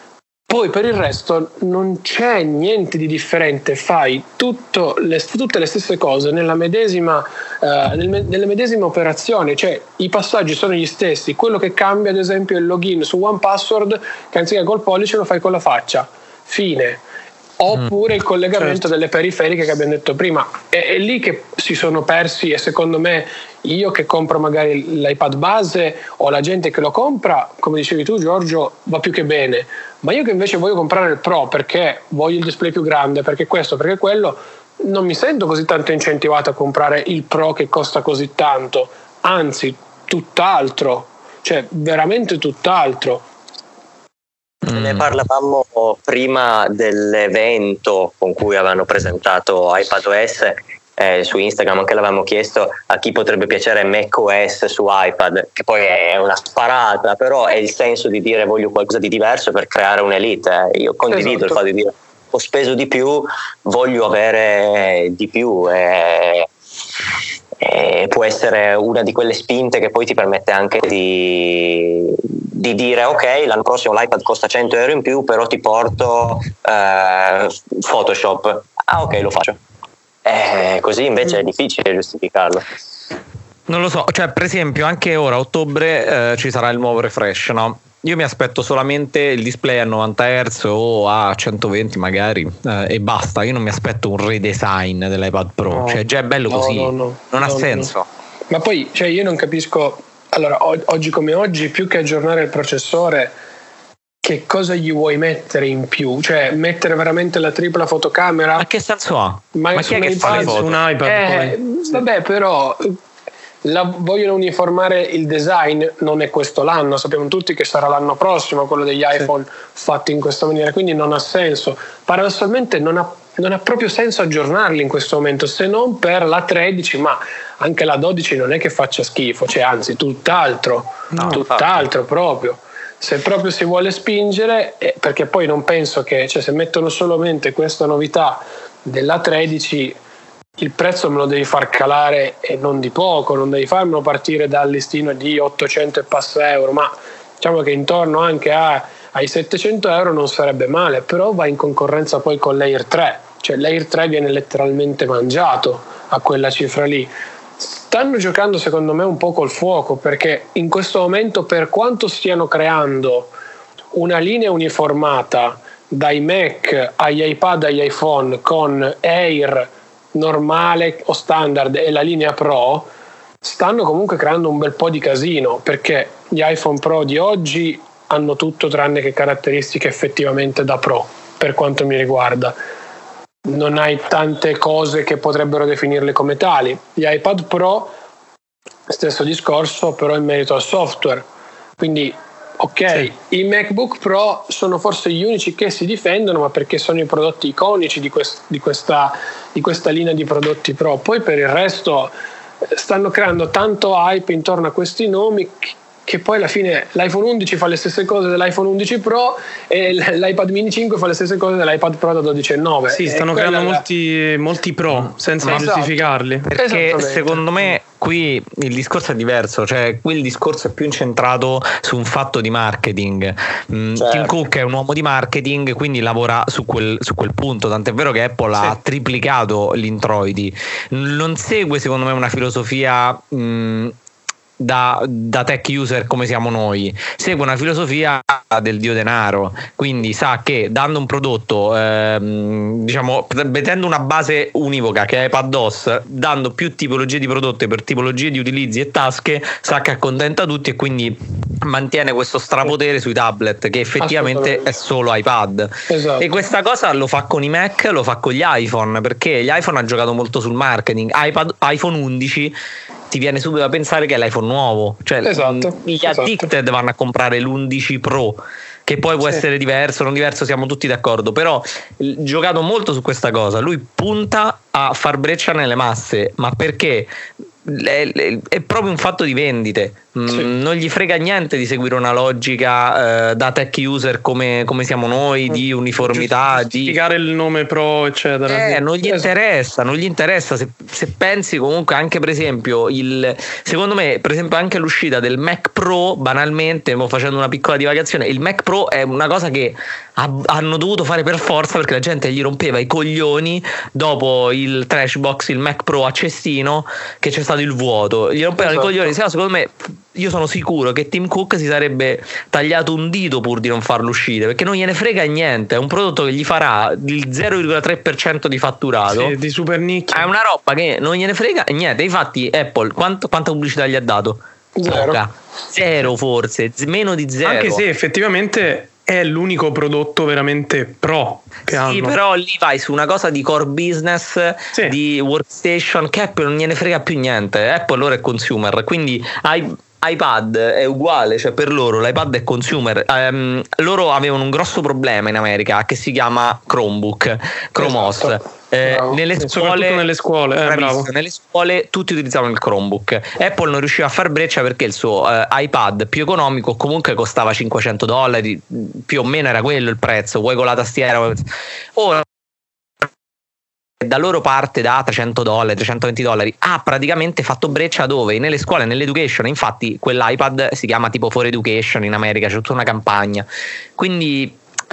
poi per il resto non c'è niente di differente, fai tutto le, tutte le stesse cose nella medesima, uh, nel, nelle medesime operazioni, cioè i passaggi sono gli stessi. Quello che cambia ad esempio è il login su OnePassword, che anziché col pollice lo fai con la faccia, fine. Oppure il collegamento certo. delle periferiche che abbiamo detto prima. È, è lì che si sono persi, e secondo me io che compro magari l'iPad base o la gente che lo compra, come dicevi tu Giorgio, va più che bene, ma io che invece voglio comprare il Pro perché voglio il display più grande, perché questo, perché quello, non mi sento così tanto incentivato a comprare il Pro che costa così tanto, anzi tutt'altro, cioè veramente tutt'altro. Mm. Ne parlavamo prima dell'evento con cui avevano presentato iPadOS, eh, su Instagram anche l'avevamo chiesto a chi potrebbe piacere macOS su iPad, che poi è una sparata, però è il senso di dire voglio qualcosa di diverso per creare un'elite. Io condivido esatto. il fatto di dire ho speso di più, voglio avere di più, e, e può essere una di quelle spinte che poi ti permette anche di, di dire ok, l'anno prossimo l'iPad costa cento euro in più, però ti porto eh, Photoshop, ah ok, lo faccio. Eh, così invece è difficile giustificarlo. Non lo so, cioè per esempio anche ora a ottobre eh, ci sarà il nuovo refresh, no? Io mi aspetto solamente il display a novanta hertz o a centoventi magari eh, e basta. Io non mi aspetto un redesign dell'iPad Pro, no, cioè già è bello no, così, no, no, non no, ha senso. No. Ma poi cioè io non capisco, allora o- oggi come oggi, più che aggiornare il processore, che cosa gli vuoi mettere in più? Cioè mettere veramente la tripla fotocamera? Ma che senso ha? Ma, Ma chi è che fa le foto? Su un iPad eh, poi. Vabbè, però la, vogliono uniformare il design, non è questo l'anno, sappiamo tutti che sarà l'anno prossimo quello degli iPhone sì. fatti in questa maniera, quindi non ha senso. Paradossalmente non ha, non ha proprio senso aggiornarli in questo momento, se non per la tredici, ma anche la dodici non è che faccia schifo, cioè anzi tutt'altro, no, tutt'altro infatti. Proprio. Se proprio si vuole spingere, eh, perché poi non penso che, cioè se mettono solamente questa novità della tredici, il prezzo me lo devi far calare e non di poco, non devi farmelo partire dal listino di ottocento e passa euro, ma diciamo che intorno anche a, ai settecento euro non sarebbe male, però va in concorrenza poi con l'Air tre, cioè l'Air tre viene letteralmente mangiato a quella cifra lì. Stanno giocando secondo me un po' col fuoco, perché in questo momento, per quanto stiano creando una linea uniformata dai Mac agli iPad agli iPhone con Air normale o standard e la linea Pro, stanno comunque creando un bel po' di casino, perché gli iPhone Pro di oggi hanno tutto tranne che caratteristiche effettivamente da Pro, per quanto mi riguarda. Non hai tante cose che potrebbero definirle come tali. Gli iPad Pro, stesso discorso, però in merito al software. Quindi, ok, sì. I MacBook Pro sono forse gli unici che si difendono, ma perché sono i prodotti iconici di, quest- di, questa, di questa linea di prodotti Pro. Poi per il resto stanno creando tanto hype intorno a questi nomi che poi alla fine l'iPhone undici fa le stesse cose dell'iPhone undici Pro e l'iPad mini cinque fa le stesse cose dell'iPad Pro da dodici e nove. Sì, stanno creando la... molti, molti Pro senza esatto. giustificarli. Perché secondo me qui il discorso è diverso, cioè qui il discorso è più incentrato su un fatto di marketing. Certo. Tim Cook è un uomo di marketing, quindi lavora su quel, su quel punto, tant'è vero che Apple sì. ha triplicato gli introiti. Non segue secondo me una filosofia mh, Da, da tech user come siamo noi, segue una filosofia del dio denaro, quindi sa che dando un prodotto ehm, diciamo mettendo una base univoca che è iPadOS, dando più tipologie di prodotti per tipologie di utilizzi e tasche, sa che accontenta tutti e quindi mantiene questo strapotere sui tablet che effettivamente è solo iPad. Esatto. E questa cosa lo fa con i Mac, lo fa con gli iPhone, perché gli iPhone ha giocato molto sul marketing. iPad, iPhone undici ti viene subito a pensare che è l'iPhone nuovo, cioè esatto, gli esatto. addicted vanno a comprare l'undici Pro, che poi può sì. essere diverso, non diverso, siamo tutti d'accordo, però giocato molto su questa cosa. Lui punta a far breccia nelle masse, ma perché è, è proprio un fatto di vendite. Sì. Non gli frega niente di seguire una logica eh, da tech user come, come siamo noi, di uniformità, giustificare di il nome Pro eccetera. Eh, non gli interessa, non gli interessa. Se, se pensi comunque anche per esempio il, secondo me per esempio anche l'uscita del Mac Pro, banalmente, facendo una piccola divagazione, il Mac Pro è una cosa che ha, hanno dovuto fare per forza, perché la gente gli rompeva i coglioni dopo il trash box, il Mac Pro a cestino, che c'è stato il vuoto, gli rompevano esatto. i coglioni. Se no, secondo me, io sono sicuro che Tim Cook si sarebbe tagliato un dito pur di non farlo uscire, perché non gliene frega niente. È un prodotto che gli farà il zero virgola tre per cento di fatturato, sì, di super nicchia. È una roba che non gliene frega niente. Infatti Apple quanto, quanta pubblicità gli ha dato? Zero. Poca. Zero forse, meno di zero. Anche se effettivamente è l'unico prodotto veramente pro che sì, hanno. Però lì vai su una cosa di core business, sì. di workstation, che Apple non gliene frega più niente. Apple loro è consumer, quindi hai iPad è uguale, cioè per loro l'iPad è consumer. Um, loro avevano un grosso problema in America che si chiama Chromebook, Chromos. Esatto. Eh, nelle scuole, nelle scuole, eh, bravo. nelle scuole tutti utilizzavano il Chromebook. Apple non riusciva a far breccia perché il suo eh, iPad più economico comunque costava cinquecento dollari, più o meno era quello il prezzo, vuoi con la tastiera. Ora da loro parte da trecento dollari, trecentoventi dollari, ha praticamente fatto breccia dove? Nelle scuole, nell'education. Infatti quell'iPad si chiama tipo For Education in America, c'è tutta una campagna, quindi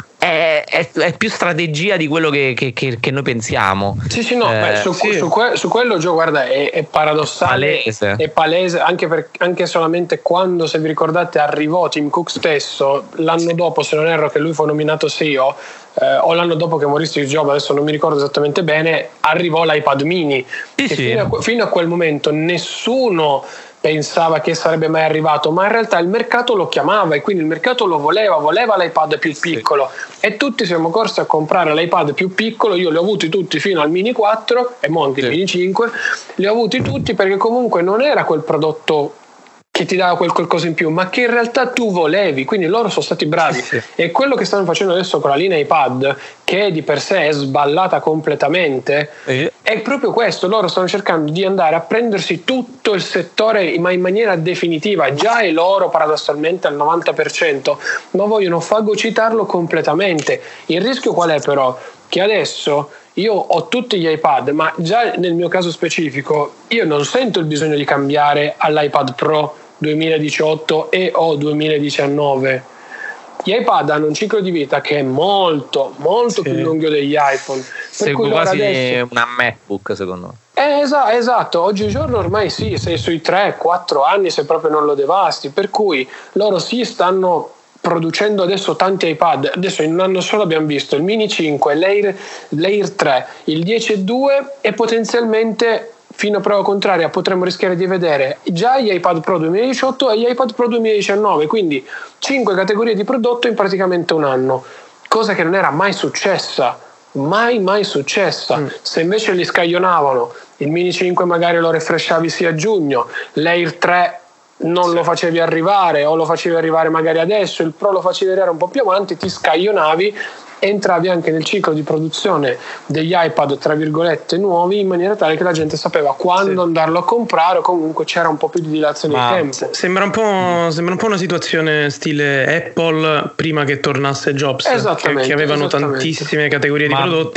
è, è, è più strategia di quello che, che, che, che noi pensiamo. Sì, sì, no, eh, beh, su, sì. Su, que, su quello Gio, guarda, è, è paradossale, palese. è palese, anche, per, anche solamente quando, se vi ricordate, arrivò Tim Cook stesso, l'anno sì. dopo, se non erro, che lui fu nominato C E O, eh, o l'anno dopo che morì Steve Jobs, adesso non mi ricordo esattamente bene, arrivò l'iPad mini. Sì, sì. Fino, a, fino a quel momento nessuno pensava che sarebbe mai arrivato, ma in realtà il mercato lo chiamava e quindi il mercato lo voleva, voleva l'iPad più piccolo, sì. e tutti siamo corsi a comprare l'iPad più piccolo. Io li ho avuti tutti fino al Mini quattro e mo anche sì. il Mini cinque, li ho avuti tutti perché comunque non era quel prodotto che ti dava quel qualcosa in più, ma che in realtà tu volevi, quindi loro sono stati bravi. Sì, sì. E quello che stanno facendo adesso con la linea iPad, che di per sé è sballata completamente, sì. è proprio questo. Loro stanno cercando di andare a prendersi tutto il settore, ma in maniera definitiva. Già è loro paradossalmente al novanta per cento, ma vogliono fagocitarlo completamente. Il rischio qual è però? Che adesso io ho tutti gli iPad, ma già nel mio caso specifico io non sento il bisogno di cambiare all'iPad Pro duemiladiciotto e o duemiladiciannove. Gli iPad hanno un ciclo di vita che è molto molto sì. più lungo degli iPhone, per Segue cui quasi adesso... una MacBook secondo me. Eh, esatto, esatto, oggigiorno ormai sì, sei sui tre quattro anni se proprio non lo devasti, per cui loro sì stanno producendo adesso tanti iPad. Adesso in un anno solo abbiamo visto il Mini cinque, l'Air, l'Air tre, il dieci e due e potenzialmente fino a prova contraria potremmo rischiare di vedere già gli iPad Pro duemiladiciotto e gli iPad Pro duemiladiciannove, quindi cinque categorie di prodotto in praticamente un anno, cosa che non era mai successa, mai mai successa. Mm. Se invece li scaglionavano, il Mini cinque magari lo refreshavi sia a giugno, l'Air tre non sì. lo facevi arrivare o lo facevi arrivare magari adesso, il Pro lo facevi arrivare un po' più avanti, ti scaglionavi, entravi anche nel ciclo di produzione degli iPad tra virgolette nuovi, in maniera tale che la gente sapeva quando sì. andarlo a comprare, o comunque c'era un po' più di dilazione di tempo. Sembra un po', sembra un po' una situazione stile Apple prima che tornasse Jobs, che, che avevano tantissime categorie Ma... di prodotti,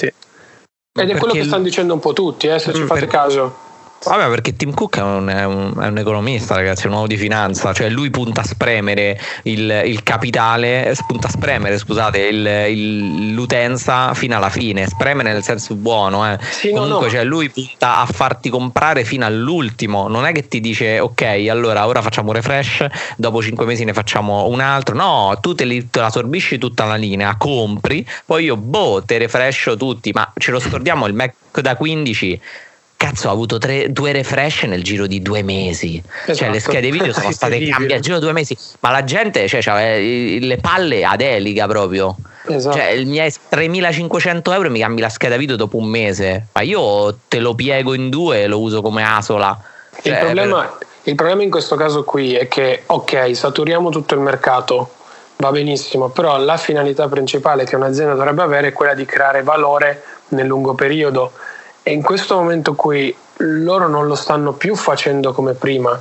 ed è quello che stanno dicendo un po' tutti, eh, se ci fate per... caso. Vabbè, perché Tim Cook è un, è, un, è un economista, ragazzi, è un uomo di finanza, cioè lui punta a spremere il, il capitale, punta a spremere, scusate, il, il, l'utenza fino alla fine, spremere nel senso buono, eh. Sì, comunque, no, no. Cioè, lui punta a farti comprare fino all'ultimo, non è che ti dice ok, allora ora facciamo un refresh, dopo cinque mesi ne facciamo un altro, no, tu te, li, te la sorbisci tutta la linea, compri, poi io boh, te refresho tutti, ma ce lo scordiamo, il Mac da quindici cazzo ha avuto tre, due refresh nel giro di due mesi, esatto. Cioè le schede video sono state cambiate nel giro di due mesi, ma la gente cioè, cioè, le palle ad eliga proprio, esatto. Cioè i miei tremilacinquecento euro mi cambi la scheda video dopo un mese, ma io te lo piego in due e lo uso come asola, cioè, il, problema, per... il problema in questo caso qui è che ok, saturiamo tutto il mercato, va benissimo, però la finalità principale che un'azienda dovrebbe avere è quella di creare valore nel lungo periodo. E in questo momento qui loro non lo stanno più facendo come prima,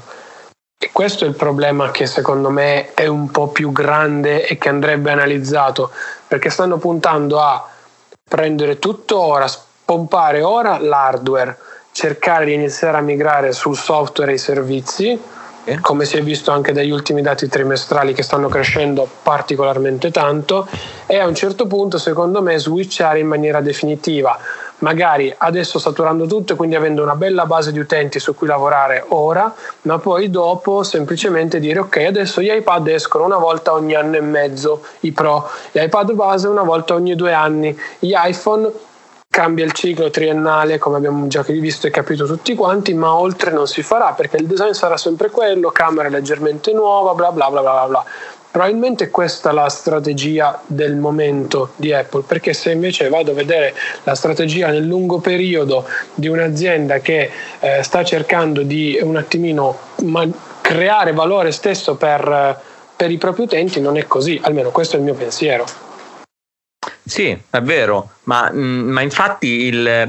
e questo è il problema che secondo me è un po' più grande e che andrebbe analizzato, perché stanno puntando a prendere tutto ora, pompare ora l'hardware, cercare di iniziare a migrare sul software e i servizi, eh? come si è visto anche dagli ultimi dati trimestrali che stanno crescendo particolarmente tanto, e a un certo punto secondo me switchare in maniera definitiva, magari adesso saturando tutto e quindi avendo una bella base di utenti su cui lavorare ora, ma poi dopo semplicemente dire ok, adesso gli iPad escono una volta ogni anno e mezzo, i Pro, gli iPad base una volta ogni due anni, gli iPhone cambia il ciclo triennale come abbiamo già visto e capito tutti quanti, ma oltre non si farà perché il design sarà sempre quello, camera leggermente nuova, bla bla bla bla bla. Probabilmente questa è la strategia del momento di Apple, perché se invece vado a vedere la strategia nel lungo periodo di un'azienda che eh, sta cercando di un attimino ma- creare valore stesso per, per i propri utenti, non è così, almeno questo è il mio pensiero. Sì, è vero, ma, ma infatti il...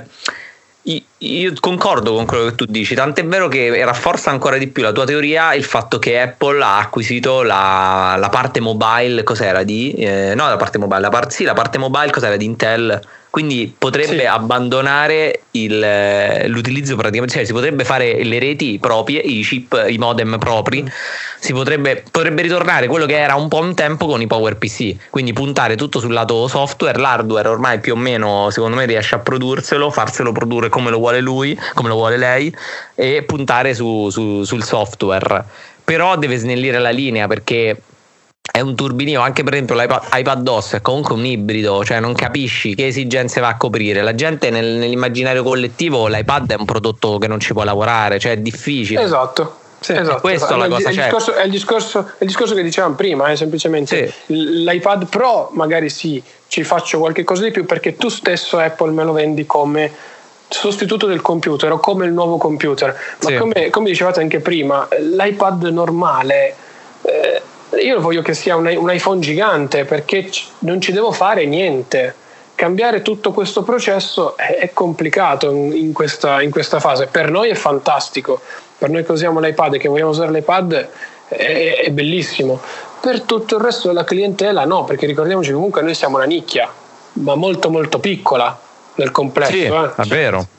io concordo con quello che tu dici, tant'è vero che rafforza ancora di più la tua teoria il fatto che Apple ha acquisito la, la parte mobile, cos'era di eh, no la parte mobile, la parte sì, la parte mobile cos'era di Intel, quindi potrebbe sì. abbandonare il, l'utilizzo praticamente, cioè si potrebbe fare le reti proprie, i chip, i modem propri, mm. si potrebbe, potrebbe ritornare quello che era un po' un tempo con i PowerPC, quindi puntare tutto sul lato software, l'hardware ormai più o meno secondo me riesce a produrselo, farselo produrre come lo vuole lui, come lo vuole lei, e puntare su, su, sul software, però deve snellire la linea perché è un turbinio, anche per esempio l'iPad, iPadOS è comunque un ibrido, cioè non capisci che esigenze va a coprire. La gente nel, nell'immaginario collettivo l'iPad è un prodotto che non ci può lavorare, cioè è difficile. Esatto. Sì, esatto, questo esatto. è la cosa, il, discorso, è, il discorso, è il discorso che dicevamo prima, eh, semplicemente sì. L'iPad Pro magari sì, ci faccio qualche cosa di più perché tu stesso Apple me lo vendi come sostituto del computer o come il nuovo computer, ma sì. come, come dicevate anche prima, l'iPad normale eh, io voglio che sia un, un iPhone gigante perché c- non ci devo fare niente. Cambiare tutto questo processo è, è complicato in, in, questa, in questa fase. Per noi è fantastico, per noi che usiamo l'iPad e che vogliamo usare l'iPad è, è bellissimo. Per tutto il resto della clientela no, perché ricordiamoci comunque noi siamo una nicchia, ma molto molto piccola nel complesso. Sì, eh. è vero.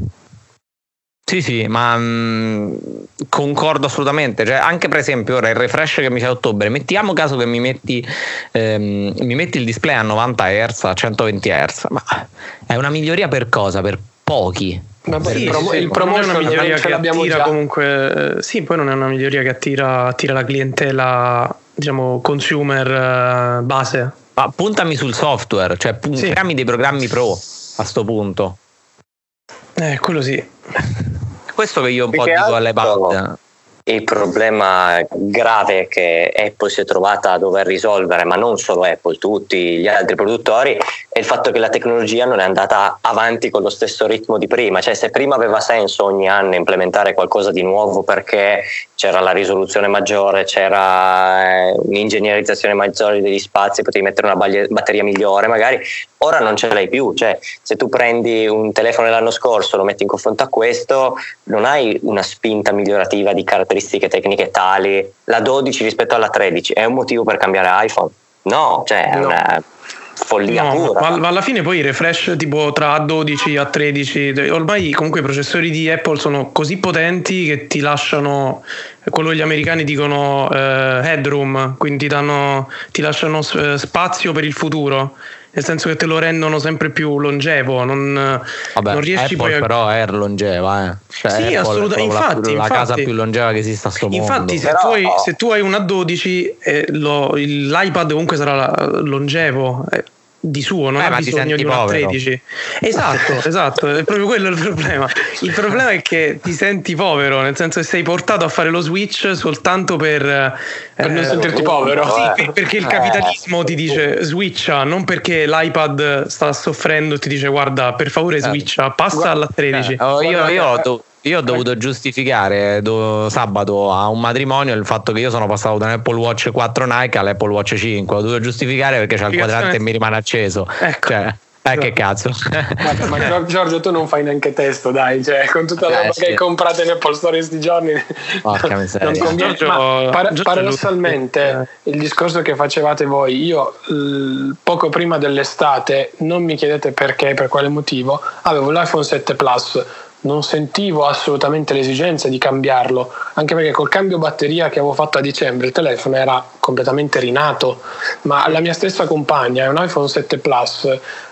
Sì, sì, ma mh, concordo assolutamente. Cioè, anche per esempio ora il refresh che mi fa a ottobre, mettiamo caso che mi metti ehm, mi metti il display a novanta hertz, a centoventi hertz, ma è una miglioria per cosa? Per pochi. Ma poi sì, il, promo- sì, il promotion non è una miglioria ce che l'abbiamo attira già. Comunque, sì, poi non è una miglioria che attira, attira la clientela, diciamo, consumer uh, base. Ma puntami sul software, cioè pun- sì. creami dei programmi pro a sto punto. Eh, quello sì. Questo che io un Perché po' dico all'iPad. Il problema grave che Apple si è trovata a dover risolvere, ma non solo Apple, tutti gli altri produttori, è il fatto che la tecnologia non è andata avanti con lo stesso ritmo di prima. Cioè, se prima aveva senso ogni anno implementare qualcosa di nuovo perché c'era la risoluzione maggiore, c'era un'ingegnerizzazione maggiore degli spazi, potevi mettere una batteria migliore magari, ora non ce l'hai più. Cioè, se tu prendi un telefono dell'anno scorso, lo metti in confronto a questo, non hai una spinta migliorativa di caratteristiche tecniche tali. La dodici rispetto alla tredici è un motivo per cambiare iPhone? No, cioè è no. una follia no, pura. Ma, ma alla fine poi i refresh tipo tra A dodici a tredici, ormai comunque i processori di Apple sono così potenti che ti lasciano quello che gli americani dicono eh, headroom, quindi ti danno, ti lasciano spazio per il futuro, nel senso che te lo rendono sempre più longevo. Non, Vabbè, non riesci Apple poi a... però è longeva, eh. Cioè, sì, assolutamente. Infatti, la, infatti, la casa più longeva che esista a sto mondo. Infatti, se, però... tu hai, se tu hai una dodici, eh, lo, l'iPad comunque sarà longevo. Eh. Di suo, non eh, ha bisogno di una tredici. Esatto, esatto, è proprio quello il problema. Il problema è che ti senti povero, nel senso che sei portato a fare lo switch soltanto per, per eh, non sentirti povero. Sì, perché il capitalismo ti dice switcha, non perché l'iPad sta soffrendo e ti dice guarda, per favore switcha, passa alla tredici. Eh, oh, io, io ho do- Io ho dovuto giustificare do, sabato a un matrimonio il fatto che io sono passato da un Apple Watch quattro Nike all'Apple Watch cinque. Ho dovuto giustificare perché c'è il quadrante e mi rimane acceso. Ecco. Cioè, eh, che cazzo. Guarda, ma Giorgio, tu non fai neanche testo, dai, cioè, con tutta la roba eh, sì. che hai comprato in Apple Store in sti giorni. Porca miseria. Non conviene. Giorgio, ma par- Giorgio paradossalmente eh. il discorso che facevate voi, io l- poco prima dell'estate, non mi chiedete perché, per quale motivo, avevo l'iPhone sette Plus. Non sentivo assolutamente l'esigenza di cambiarlo, anche perché col cambio batteria che avevo fatto a dicembre il telefono era completamente rinato, ma la mia stessa compagna è un iPhone sette Plus,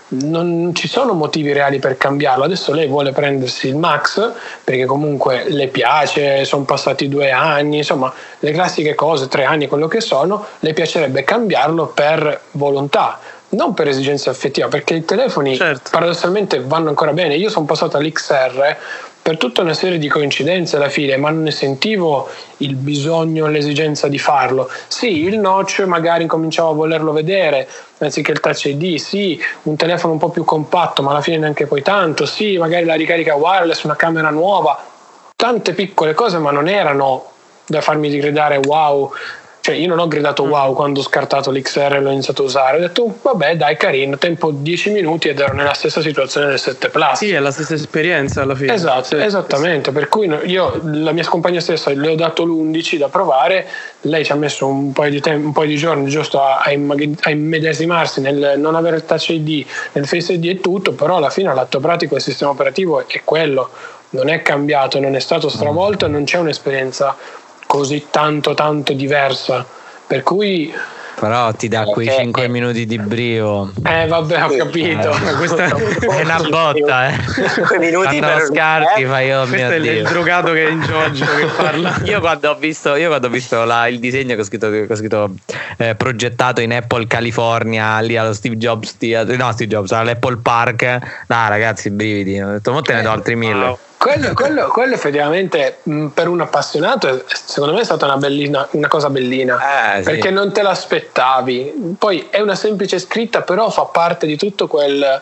non ci sono motivi reali per cambiarlo. Adesso lei vuole prendersi il Max perché comunque le piace, sono passati due anni, insomma le classiche cose, tre anni, quello che sono, le piacerebbe cambiarlo per volontà, non per esigenza affettiva, perché i telefoni certo. paradossalmente vanno ancora bene. Io sono passato all'X R per tutta una serie di coincidenze alla fine, ma non ne sentivo il bisogno, l'esigenza di farlo. Sì, il notch magari cominciavo a volerlo vedere anziché il Touch I D, sì, un telefono un po' più compatto, ma alla fine neanche poi tanto, sì, magari la ricarica wireless, una camera nuova, tante piccole cose, ma non erano da farmi gridare wow. Cioè io non ho gridato wow quando ho scartato l'X R e l'ho iniziato a usare, ho detto vabbè dai carino, tempo dieci minuti ed ero nella stessa situazione del sette Plus. Sì, è la stessa esperienza alla fine. Esatto, sì, esattamente, sì. Per cui io, la mia compagna stessa, le ho dato l'undici da provare, lei ci ha messo un paio di, tempo, un paio di giorni giusto a, a, immag- a immedesimarsi nel non avere il Touch I D, nel Face I D e tutto, però alla fine l'atto pratico e il sistema operativo è quello, non è cambiato, non è stato stravolto e non c'è un'esperienza così tanto tanto diversa, per cui però ti dà quei eh, cinque eh, minuti di brio. Eh vabbè, ho capito. Eh, Questa è una botta, eh. cinque minuti quando per scarti eh? fai oh questo mio è Dio. il drogato che è in Giorgio che parla. Io quando ho visto, io quando ho visto la, il disegno che ho scritto, che ho scritto eh, progettato in Apple California lì allo Steve Jobs Theater, no Steve Jobs all'Apple Park, no ragazzi brividi, ho detto mo te ne do altri mille. Wow. Quello, quello, quello effettivamente mh, per un appassionato secondo me è stata una, bellina, una cosa bellina, eh, sì. perché non te l'aspettavi, poi è una semplice scritta però fa parte di tutto quel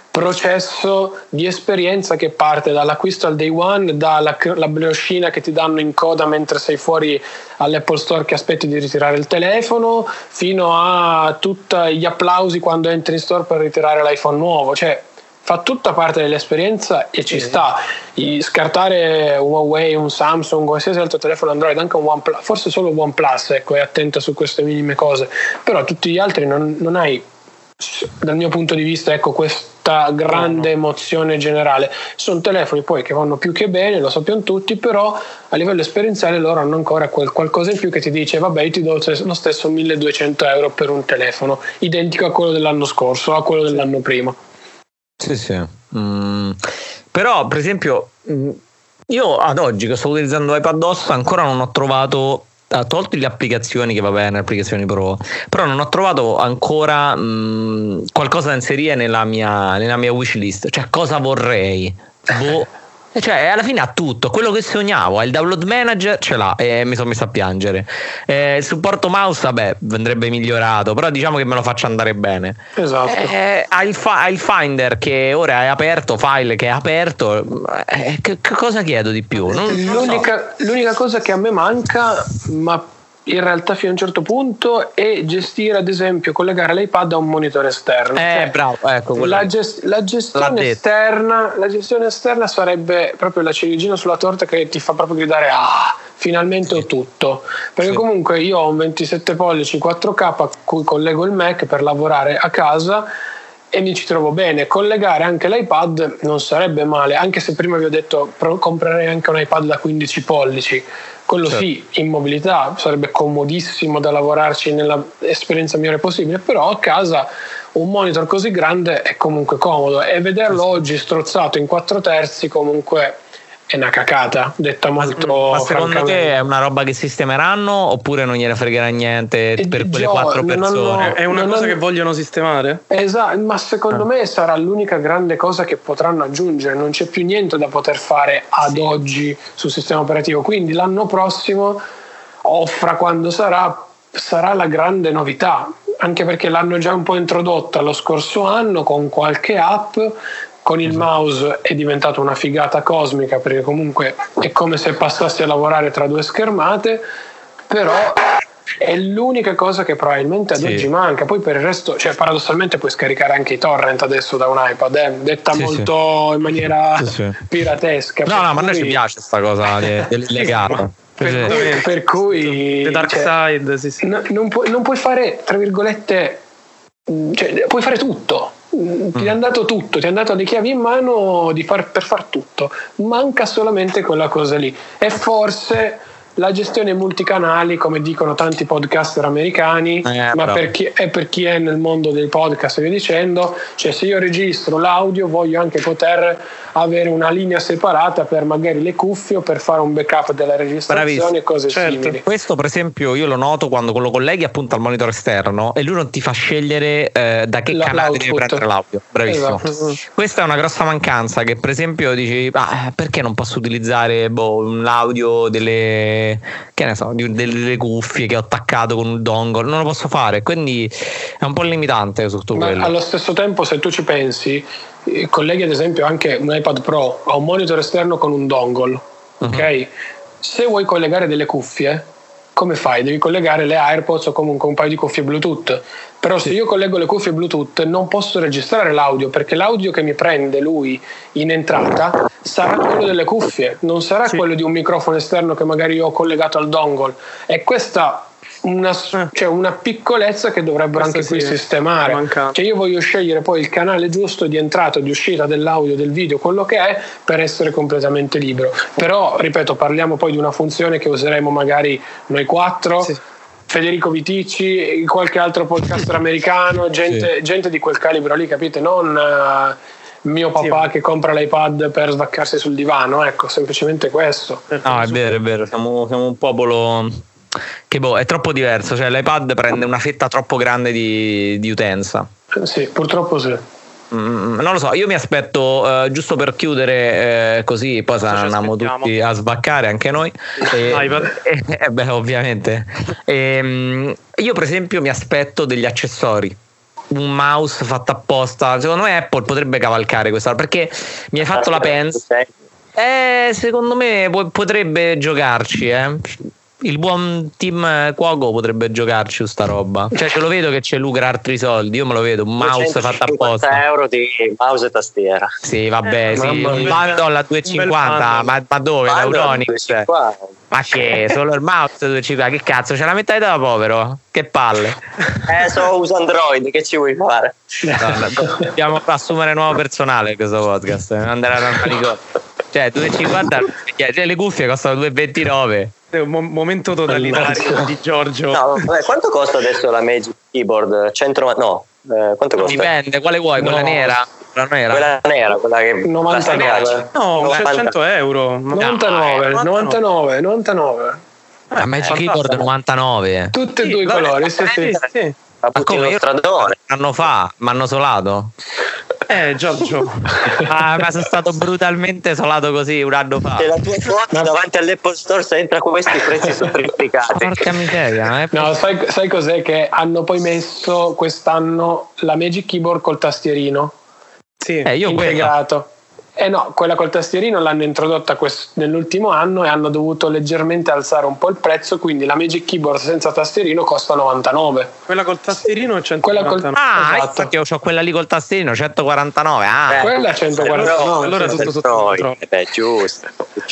processo di esperienza che parte dall'acquisto al day one, dalla la briochina che ti danno in coda mentre sei fuori all'Apple Store che aspetti di ritirare il telefono, fino a tutti gli applausi quando entri in store per ritirare l'iPhone nuovo, cioè fa tutta parte dell'esperienza e ci sta. I, scartare un Huawei, un Samsung, qualsiasi altro telefono Android, anche un OnePlus, forse solo OnePlus, ecco, è attento su queste minime cose, però tutti gli altri non, non hai, dal mio punto di vista, ecco, questa grande emozione generale. Sono telefoni poi che vanno più che bene, lo sappiamo tutti, però a livello esperienziale loro hanno ancora quel qualcosa in più che ti dice vabbè io ti do lo stesso milleduecento euro per un telefono identico a quello dell'anno scorso o a quello dell'anno prima. Sì, sì. Mm. Però, per esempio, io ad oggi che sto utilizzando iPadOS ancora non ho trovato, tolto le applicazioni che va bene, applicazioni Pro, però non ho trovato ancora mh, qualcosa da inserire nella mia, nella mia wishlist. Cioè, cosa vorrei? Boh. Cioè, alla fine ha tutto, quello che sognavo, il download manager ce l'ha e mi sono messo a piangere. Eh, il supporto mouse, vabbè, andrebbe migliorato, però diciamo che me lo faccia andare bene. Esatto. Eh, ha, il fa- ha il Finder che ora è aperto, file che è aperto. Eh, che, che cosa chiedo di più? Non, non l'unica, so. l'unica cosa che a me manca, ma in realtà fino a un certo punto, è gestire, ad esempio, collegare l'iPad a un monitor esterno. Eh, cioè, bravo, ecco. La, gest- la gestione esterna, la gestione esterna sarebbe proprio la ciliegina sulla torta che ti fa proprio gridare ah, finalmente sì. ho tutto. Perché sì. Comunque io ho un ventisette pollici quattro K a cui collego il Mac per lavorare a casa e mi ci trovo bene. Collegare anche l'iPad non sarebbe male, anche se prima vi ho detto pro- comprerei anche un iPad da quindici pollici. Quello certo. Sì, in mobilità sarebbe comodissimo da lavorarci nella esperienza migliore possibile, però a casa un monitor così grande è comunque comodo e vederlo sì. Oggi strozzato in quattro terzi comunque è una cacata, detta molto ma secondo te è una roba che sistemeranno oppure non gliene fregherà niente e per quelle Gio, quattro persone? Ho, è una cosa non, che vogliono sistemare? Esatto, ma secondo ah. me sarà l'unica grande cosa che potranno aggiungere, non c'è più niente da poter fare ad sì. Oggi sul sistema operativo, quindi l'anno prossimo o fra quando sarà sarà la grande novità, anche perché l'hanno già un po' introdotta lo scorso anno con qualche app. Con il mouse è diventata una figata cosmica perché comunque è come se passassi a lavorare tra due schermate, però è l'unica cosa che probabilmente ad sì. Oggi manca. Poi per il resto, cioè paradossalmente puoi scaricare anche i torrent adesso da un iPad, eh? Detta sì, molto sì. In maniera sì, sì. Piratesca. No, no, ma a noi ci piace sta cosa dell'illegato. Per, cui, per cui The Dark cioè, Side sì, sì. No, non, puoi, non puoi fare, tra virgolette, cioè puoi fare tutto. Ti è andato tutto, ti è andato le chiavi in mano di far, per far tutto, manca solamente quella cosa lì e forse la gestione multicanali, come dicono tanti podcaster americani, eh, ma per chi, è per chi è nel mondo del podcast e via dicendo, cioè se io registro l'audio voglio anche poter avere una linea separata per magari le cuffie o per fare un backup della registrazione e cose certo. simili. Questo per esempio io lo noto quando lo colleghi appunto al monitor esterno e lui non ti fa scegliere eh, da che La, canale l'output. devi prendere l'audio. Bravissimo. Esatto. Questa è una grossa mancanza, che per esempio dici ah, perché non posso utilizzare boh, l'audio delle che ne so di, delle cuffie che ho attaccato con un dongle, non lo posso fare, quindi è un po' limitante su tutto Ma quello. allo stesso tempo, se tu ci pensi, colleghi ad esempio anche un iPad Pro a un monitor esterno con un dongle, uh-huh. ok? Se vuoi collegare delle cuffie, come fai? Devi collegare le AirPods o comunque un paio di cuffie Bluetooth. Però se io collego le cuffie Bluetooth non posso registrare l'audio, perché l'audio che mi prende lui in entrata sarà quello delle cuffie, non sarà sì. quello di un microfono esterno che magari io ho collegato al dongle. E questa una, cioè una piccolezza che dovrebbero Questo anche qui sì, sistemare. Cioè io voglio scegliere poi il canale giusto di entrata e di uscita dell'audio, del video, quello che è, per essere completamente libero. Però ripeto, parliamo poi di una funzione che useremo magari noi quattro, sì. Federico Viticci, qualche altro podcaster americano, gente, sì. gente di quel calibro lì, capite? Non uh, mio papà sì. che compra l'iPad per svaccarsi sul divano, ecco, semplicemente questo. No, è vero, è vero, siamo, siamo un popolo che boh, è troppo diverso, cioè l'iPad prende una fetta troppo grande di, di utenza. Sì, purtroppo sì. Mm, non lo so, io mi aspetto uh, giusto per chiudere eh, così poi andiamo tutti a sbaccare anche noi e, e, e beh ovviamente e, um, io per esempio mi aspetto degli accessori, un mouse fatto apposta. Secondo me Apple potrebbe cavalcare questa, perché mi hai fatto la Pens, eh, secondo me potrebbe giocarci, eh. Il buon team Quogo potrebbe giocarci su sta roba. Cioè ce lo vedo che c'è lucra altri soldi. Io me lo vedo, un mouse fatto apposta, euro di mouse e tastiera. Sì vabbè eh, sì, un bundle a due e cinquanta. Ma, ma dove? Euronics? Ma che? Solo il mouse due e cinquanta? Che cazzo? C'è la metà da povero? Che palle. Eh so uso Android, che ci vuoi fare? No, dobbiamo assumere nuovo personale in questo podcast, andare a Rampanico. Cioè due e cinquanta, cioè, le cuffie costano due e ventinove. Un momento totalitario di Giorgio. No, vabbè, quanto costa adesso la Magic Keyboard? centonovanta No, eh, quanto costa? Dipende, quale vuoi? Quella no. nera? Quella nera? Quella nera, quella che novantanove No, novanta cento euro. novantanove novantanove novantanove La Magic Keyboard novantanove Tutti sì, e due i colori, sì, sì, sì. sì. Ma come io un anno fa mi hanno solato. Eh Giorgio ah, ma sono stato brutalmente solato così un anno fa. Se la tua foto davanti all'Apple Store entra questi prezzi sono triplicati. Porca miseria, eh? No, sai, sai cos'è? Che hanno poi messo quest'anno la Magic Keyboard col tastierino. Sì, eh, io integrato. Quella. Eh no, quella col tastierino l'hanno introdotta quest- nell'ultimo anno e hanno dovuto leggermente alzare un po' il prezzo, quindi la Magic Keyboard senza tastierino costa novantanove. Quella col tastierino è centoquarantanove. Quella col... Ah, esatto. infatti io ho quella lì col tastierino centoquarantanove. Ah, eh, quella è centoquarantanove. Allora tutto sotto controllo. Eh beh, giusto.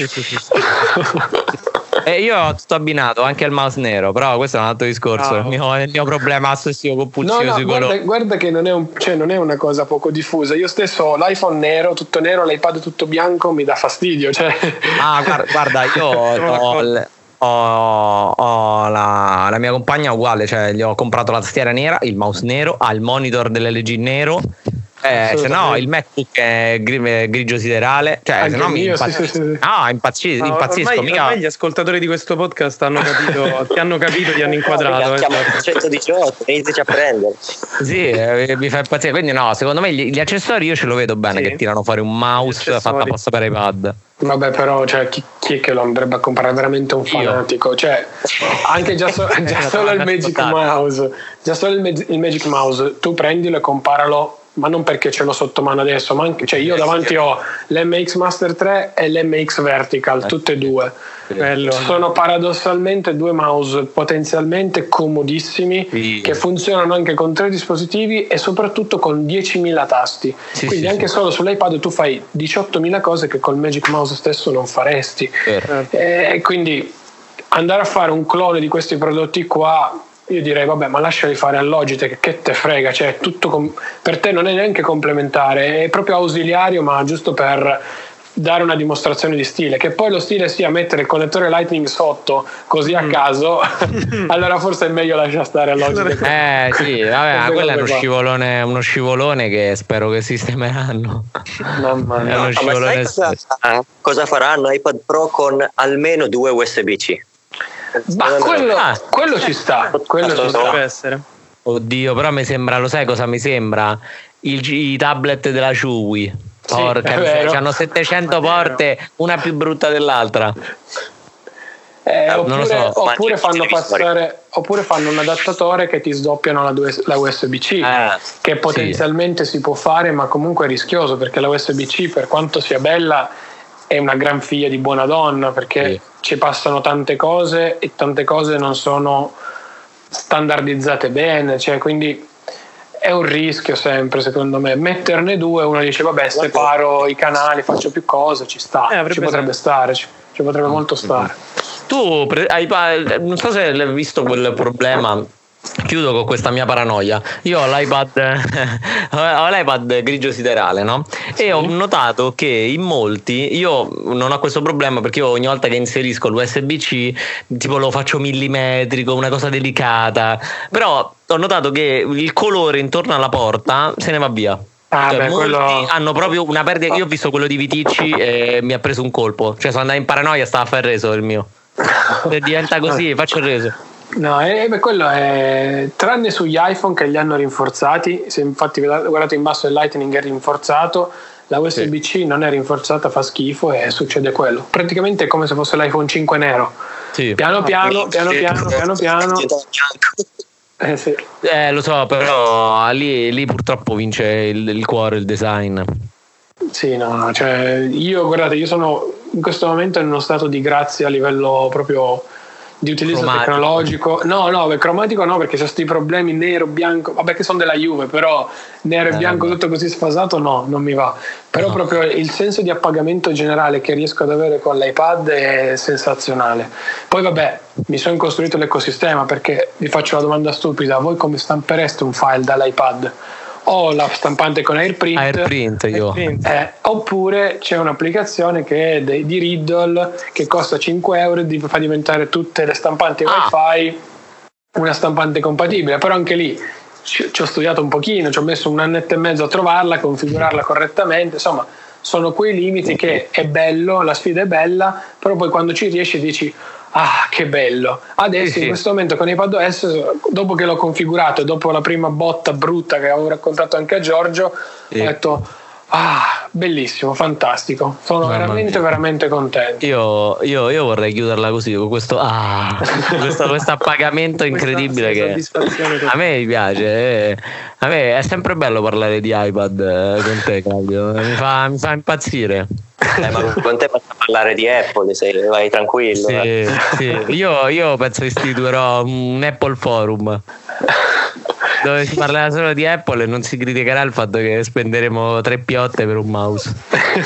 E io ho tutto abbinato, anche il mouse nero, però questo è un altro discorso. Oh. Il, mio, il mio problema ossessivo compulsivo no, no, sui guarda, colori. Guarda che non è, un, cioè non è una cosa poco diffusa. Io stesso ho l'iPhone nero, tutto nero, l'iPad tutto bianco, mi dà fastidio. Cioè. Ah, guarda, guarda io ho, ho, ho la, la mia compagna uguale, cioè gli ho comprato la tastiera nera, il mouse nero, ha il monitor dell'L G nero. Eh, se no il MacBook è grigio siderale, cioè se no mi impazz- sì, sì, sì. Ah, impazzi- no, impazzisco. Ormai, mica... ormai gli ascoltatori di questo podcast hanno capito, ti hanno capito, ti hanno inquadrato. No, esatto. centodiciotto, inizi a prendere. Sì, eh, mi fa impazzire. Quindi no, secondo me gli, gli accessori io ce lo vedo bene, sì. Che tirano fuori un mouse fatto apposta per iPad. Vabbè, però cioè, chi, chi è che lo andrebbe a comprare? Veramente un fanatico. Io. Cioè, anche già, so, già solo il Magic Mouse, già solo il, Mag- il Magic Mouse, tu prendilo e comparalo. Ma non perché ce l'ho sotto mano adesso, ma anche, cioè io davanti ho l'M X Master tre e l'M X Vertical, tutte e due. Bello. Sono paradossalmente due mouse potenzialmente comodissimi, sì. Che funzionano anche con tre dispositivi e soprattutto con diecimila tasti. Sì, quindi sì, anche sì. Solo sull'iPad tu fai diciottomila cose che col Magic Mouse stesso non faresti. E quindi andare a fare un clone di questi prodotti qua, io direi vabbè, ma lasciali fare a Logitech, che te frega, cioè tutto com- per te non è neanche complementare, è proprio ausiliario, ma giusto per dare una dimostrazione di stile. Che poi lo stile sia mettere il connettore Lightning sotto così a caso, allora forse è meglio lasciare stare a Logitech. Eh sì, vabbè, quello è uno scivolone, uno scivolone che spero che sistemeranno. Mamma mia. No, ma sai cosa, cosa faranno iPad Pro con almeno due U S B C? Ma quello, ah, quello ci sta, quello ci sta. Essere. Oddio, però mi sembra, lo sai cosa mi sembra? Il, i tablet della Chewy. Porca, sì, hanno settecento porte, una più brutta dell'altra. Eh, oppure, non lo so. oppure fanno passare, oppure fanno un adattatore che ti sdoppiano la, la U S B C, eh, che potenzialmente sì. si può fare, ma comunque è rischioso, perché la U S B C, per quanto sia bella, è una gran figlia di buona donna, perché sì. ci passano tante cose e tante cose non sono standardizzate bene, cioè, quindi è un rischio sempre, secondo me. Metterne due, uno dice vabbè, separo i canali, faccio più cose, ci sta, eh, ci potrebbe senso. stare, ci, ci potrebbe molto stare. Tu hai, non so se hai visto quel problema. Chiudo con questa mia paranoia. Io ho l'iPad ho l'iPad grigio siderale, no? E ho notato che in molti, io non ho questo problema perché io ogni volta che inserisco l'U S B C tipo lo faccio millimetrico, una cosa delicata, però ho notato che il colore intorno alla porta se ne va via. Ah, cioè, beh, molti quello... hanno proprio una perdita. Io ho visto quello di Viticci e mi ha preso un colpo, cioè sono andato in paranoia, stava a fare il reso il mio. Se diventa così faccio il reso. No, eh, beh, quello è, tranne sugli iPhone che li hanno rinforzati, se infatti guardate in basso il Lightning è rinforzato, la U S B C sì. non è rinforzata, fa schifo e succede quello. Praticamente è come se fosse l'iPhone cinque nero. Sì. Piano piano, piano piano, piano piano. Eh, sì. eh lo so, però lì, lì purtroppo vince il, il cuore, il design. Sì, no, no, cioè io guardate, io sono in questo momento in uno stato di grazia a livello proprio di utilizzo cromatico. tecnologico. No, no, beh, cromatico no, perché c'è sti problemi nero, bianco, vabbè che sono della Juve, però nero e eh, bianco vabbè. tutto così sfasato no, non mi va. Però no. proprio il senso di appagamento generale che riesco ad avere con l'iPad è sensazionale. Poi vabbè, mi sono costruito l'ecosistema, perché vi faccio la domanda stupida: voi come stampereste un file dall'iPad? O la stampante con AirPrint, AirPrint, io. AirPrint. Eh, oppure c'è un'applicazione che è de, di Riddle che costa cinque euro e fa diventare tutte le stampanti ah. Wi-Fi una stampante compatibile. Però anche lì ci, ci ho studiato un pochino, ci ho messo un annetto e mezzo a trovarla, a configurarla correttamente, insomma sono quei limiti che è bello, la sfida è bella, però poi quando ci riesci dici ah, che bello. Adesso sì, in questo momento con iPadOS, dopo che l'ho configurato e dopo la prima botta brutta che avevo raccontato anche a Giorgio, sì. ho detto ah, bellissimo, fantastico, sono Mamma veramente mia. veramente contento. Io, io, io vorrei chiuderla così, con questo ah, questo, questo appagamento incredibile che a me mi piace. Eh. A me è sempre bello parlare di iPad eh, con te, Claudio, mi fa, mi fa impazzire. Eh, ma con te basta parlare di Apple, sei, vai tranquillo. Sì, eh. sì. Io, io penso istituirò un Apple Forum dove si parlerà solo di Apple e non si criticherà il fatto che spenderemo tre piotte per un mouse.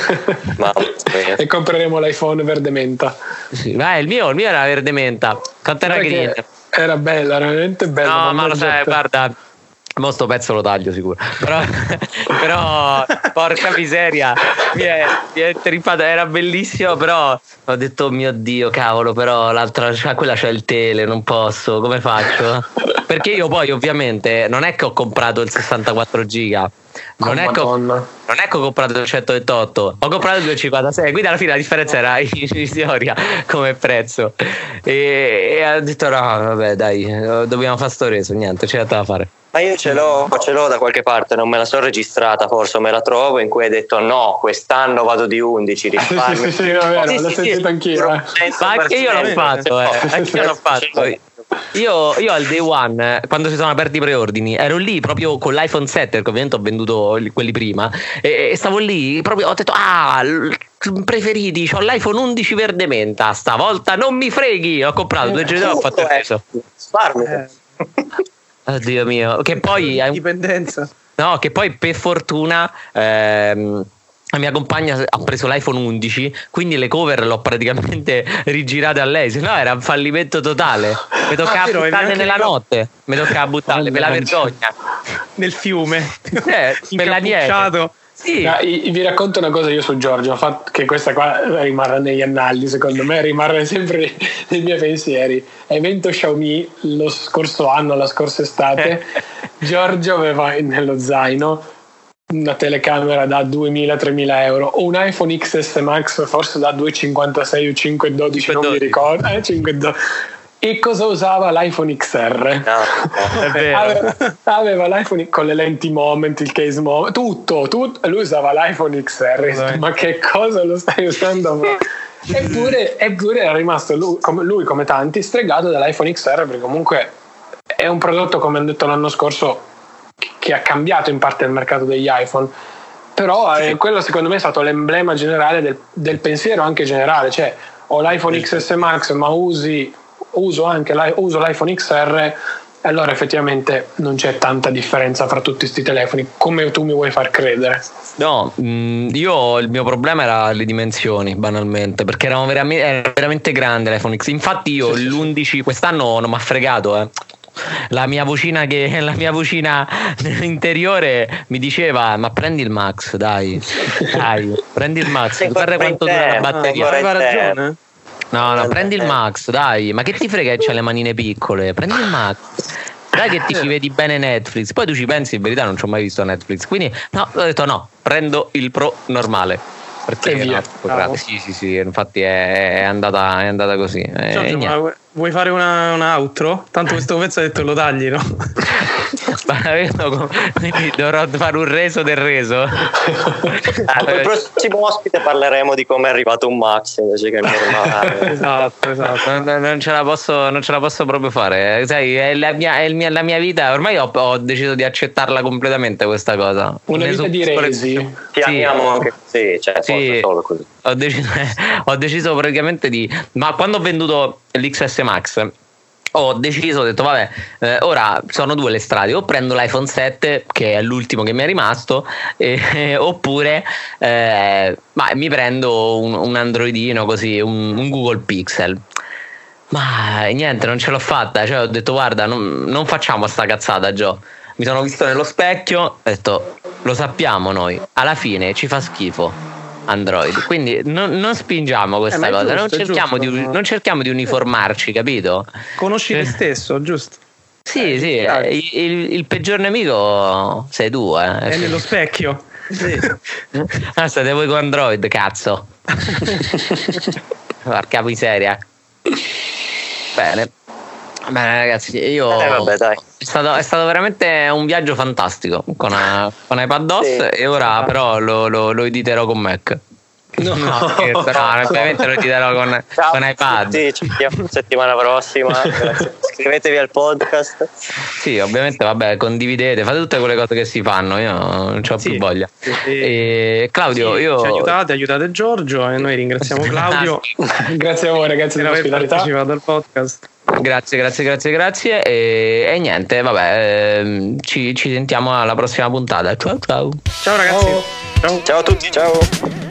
E compreremo l'iPhone verde menta. Sì, vai, il mio, il mio era verde menta. Quanto era green? Era bello, era veramente bello. No, ma lo sai, guarda, mo sto pezzo lo taglio sicuro. Però, però porca miseria, mi è, mi è trippata, era bellissimo, però ho detto oh mio Dio, cavolo, però l'altra, cioè, quella c'è il tele, non posso, come faccio? Perché io poi ovviamente non è che ho comprato il sessantaquattro giga, non, oh, è che ho, non è che ho comprato il centoventotto, ho comprato il duecentocinquantasei, quindi alla fine la differenza era in teoria come prezzo. E, e ho detto no, vabbè dai, dobbiamo fare sto reso, niente, c'è da fare. Ma io ce l'ho, ce l'ho da qualche parte, non me la sono registrata, forse me la trovo, in cui hai detto no, quest'anno vado di undici, risparmio. sì, sì, sì, è vero, l'ho sentito anch'io. Eh. Ma anche io l'ho fatto, eh. anche io l'ho fatto. Io, io al day one, quando si sono aperti i preordini, ero lì proprio con l'iPhone sette, che ovviamente ho venduto quelli prima, e, e stavo lì proprio, ho detto ah, preferiti, c'ho l'iPhone undici verde menta, stavolta non mi freghi, ho comprato due giorni dopo, ho fatto il reso. Risparmio. Oddio mio, che poi dipendenza. No, che poi per fortuna ehm, la mia compagna ha preso l'iPhone undici, quindi le cover l'ho praticamente rigirate a lei, se no era un fallimento totale. Mi toccava ah, buttarle nella notte, mi toccava buttarle per la vergogna nel fiume, eh, per la niente. Sì. No, vi racconto una cosa io su Giorgio, che questa qua rimarrà negli annali, secondo me rimarrà sempre nei miei pensieri. Evento Xiaomi lo scorso anno, la scorsa estate, Giorgio aveva nello zaino una telecamera da duemila tremila euro o un iPhone X S Max forse da due virgola cinquantasei o cinque virgola dodici, non mi ricordo, eh, cinque virgola dodici. E cosa usava l'iPhone X R? No, è vero. Aveva, aveva l'iPhone con le lenti Moment, il case Moment, tutto, tutto. Lui usava l'iPhone X R. Ma che cosa lo stai usando? Eppure, eppure è rimasto lui come, lui, come tanti, stregato dall'iPhone X R, perché comunque è un prodotto, come ho detto l'anno scorso, che ha cambiato in parte il mercato degli iPhone. Però eh, quello secondo me è stato l'emblema generale del, del pensiero anche generale. Cioè, ho l'iPhone X S Max, ma usi... uso anche uso l'iPhone X R, e allora effettivamente non c'è tanta differenza fra tutti questi telefoni come tu mi vuoi far credere. No, mh, io il mio problema era le dimensioni, banalmente, perché erano veramente, era veramente grande l'iPhone X. Infatti io sì, l'undici sì. quest'anno non mi ha fregato, eh. La mia vocina che la mia vocina interiore mi diceva: ma prendi il Max, dai, dai, prendi il Max, guarda quanto dura la batteria. Aveva ragione. No, no, prendi il Max, dai, ma che ti frega che c'ha le manine piccole? Prendi il Max, dai che ti ci vedi bene Netflix. Poi tu ci pensi, in verità non ci ho mai visto Netflix, quindi no, ho detto no, prendo il Pro normale. Perché via. No, sì, sì, sì, infatti è, è, andata, è andata così. Giorgio, ma vuoi fare una, una outro? Tanto questo pezzo ha detto lo tagli, no? Quindi dovrò fare un reso del reso. Ah, il prossimo ospite parleremo di come è arrivato un Max invece che il normale. Esatto, esatto. Non, non, ce la posso, non ce la posso proprio fare. Sai, è la mia, è il mia, la mia vita. Ormai ho, ho deciso di accettarla completamente questa cosa. Una vita di resi. Ti sì. amiamo anche sì, cioè, sì. solo così. Ho deciso, ho deciso praticamente di. Ma quando ho venduto l'X S Max, ho deciso, ho detto vabbè, eh, ora sono due le strade: o prendo l'iPhone sette, che è l'ultimo che mi è rimasto, eh, oppure eh, ma mi prendo un, un Androidino così, un, un Google Pixel. Ma niente, non ce l'ho fatta, cioè ho detto guarda, non, non facciamo sta cazzata, Gio. Mi sono visto nello specchio, ho detto lo sappiamo noi, alla fine ci fa schifo Android, quindi non, non spingiamo questa eh, cosa, giusto, non, cerchiamo giusto, di, no? non cerchiamo di uniformarci, capito? Conosci te stesso, giusto? Sì, eh, sì, eh, il, il, il peggior nemico sei tu, eh. È nello specchio. Sì. Ah, state voi con Android, cazzo. Porca miseria. Bene. Bene ragazzi, io eh, vabbè, dai. È, stato, è stato veramente un viaggio fantastico con, con iPadOS, sì, e ora però lo, lo, lo editerò con Mac. No, no, scherzo, no, ovviamente lo editerò con, con iPad. Sì, ci vediamo settimana prossima. Iscrivetevi al podcast. Sì, ovviamente, vabbè, condividete, fate tutte quelle cose che si fanno, io non c'ho sì, più voglia. Sì. E Claudio, sì, io ci aiutate, aiutate Giorgio e noi ringraziamo Claudio. Grazie a voi ragazzi per aver partecipato al podcast. Grazie, grazie, grazie, grazie. E, e niente, vabbè, eh, ci, ci sentiamo alla prossima puntata. Ciao, ciao. Ciao ragazzi. Ciao, ciao a tutti, ciao.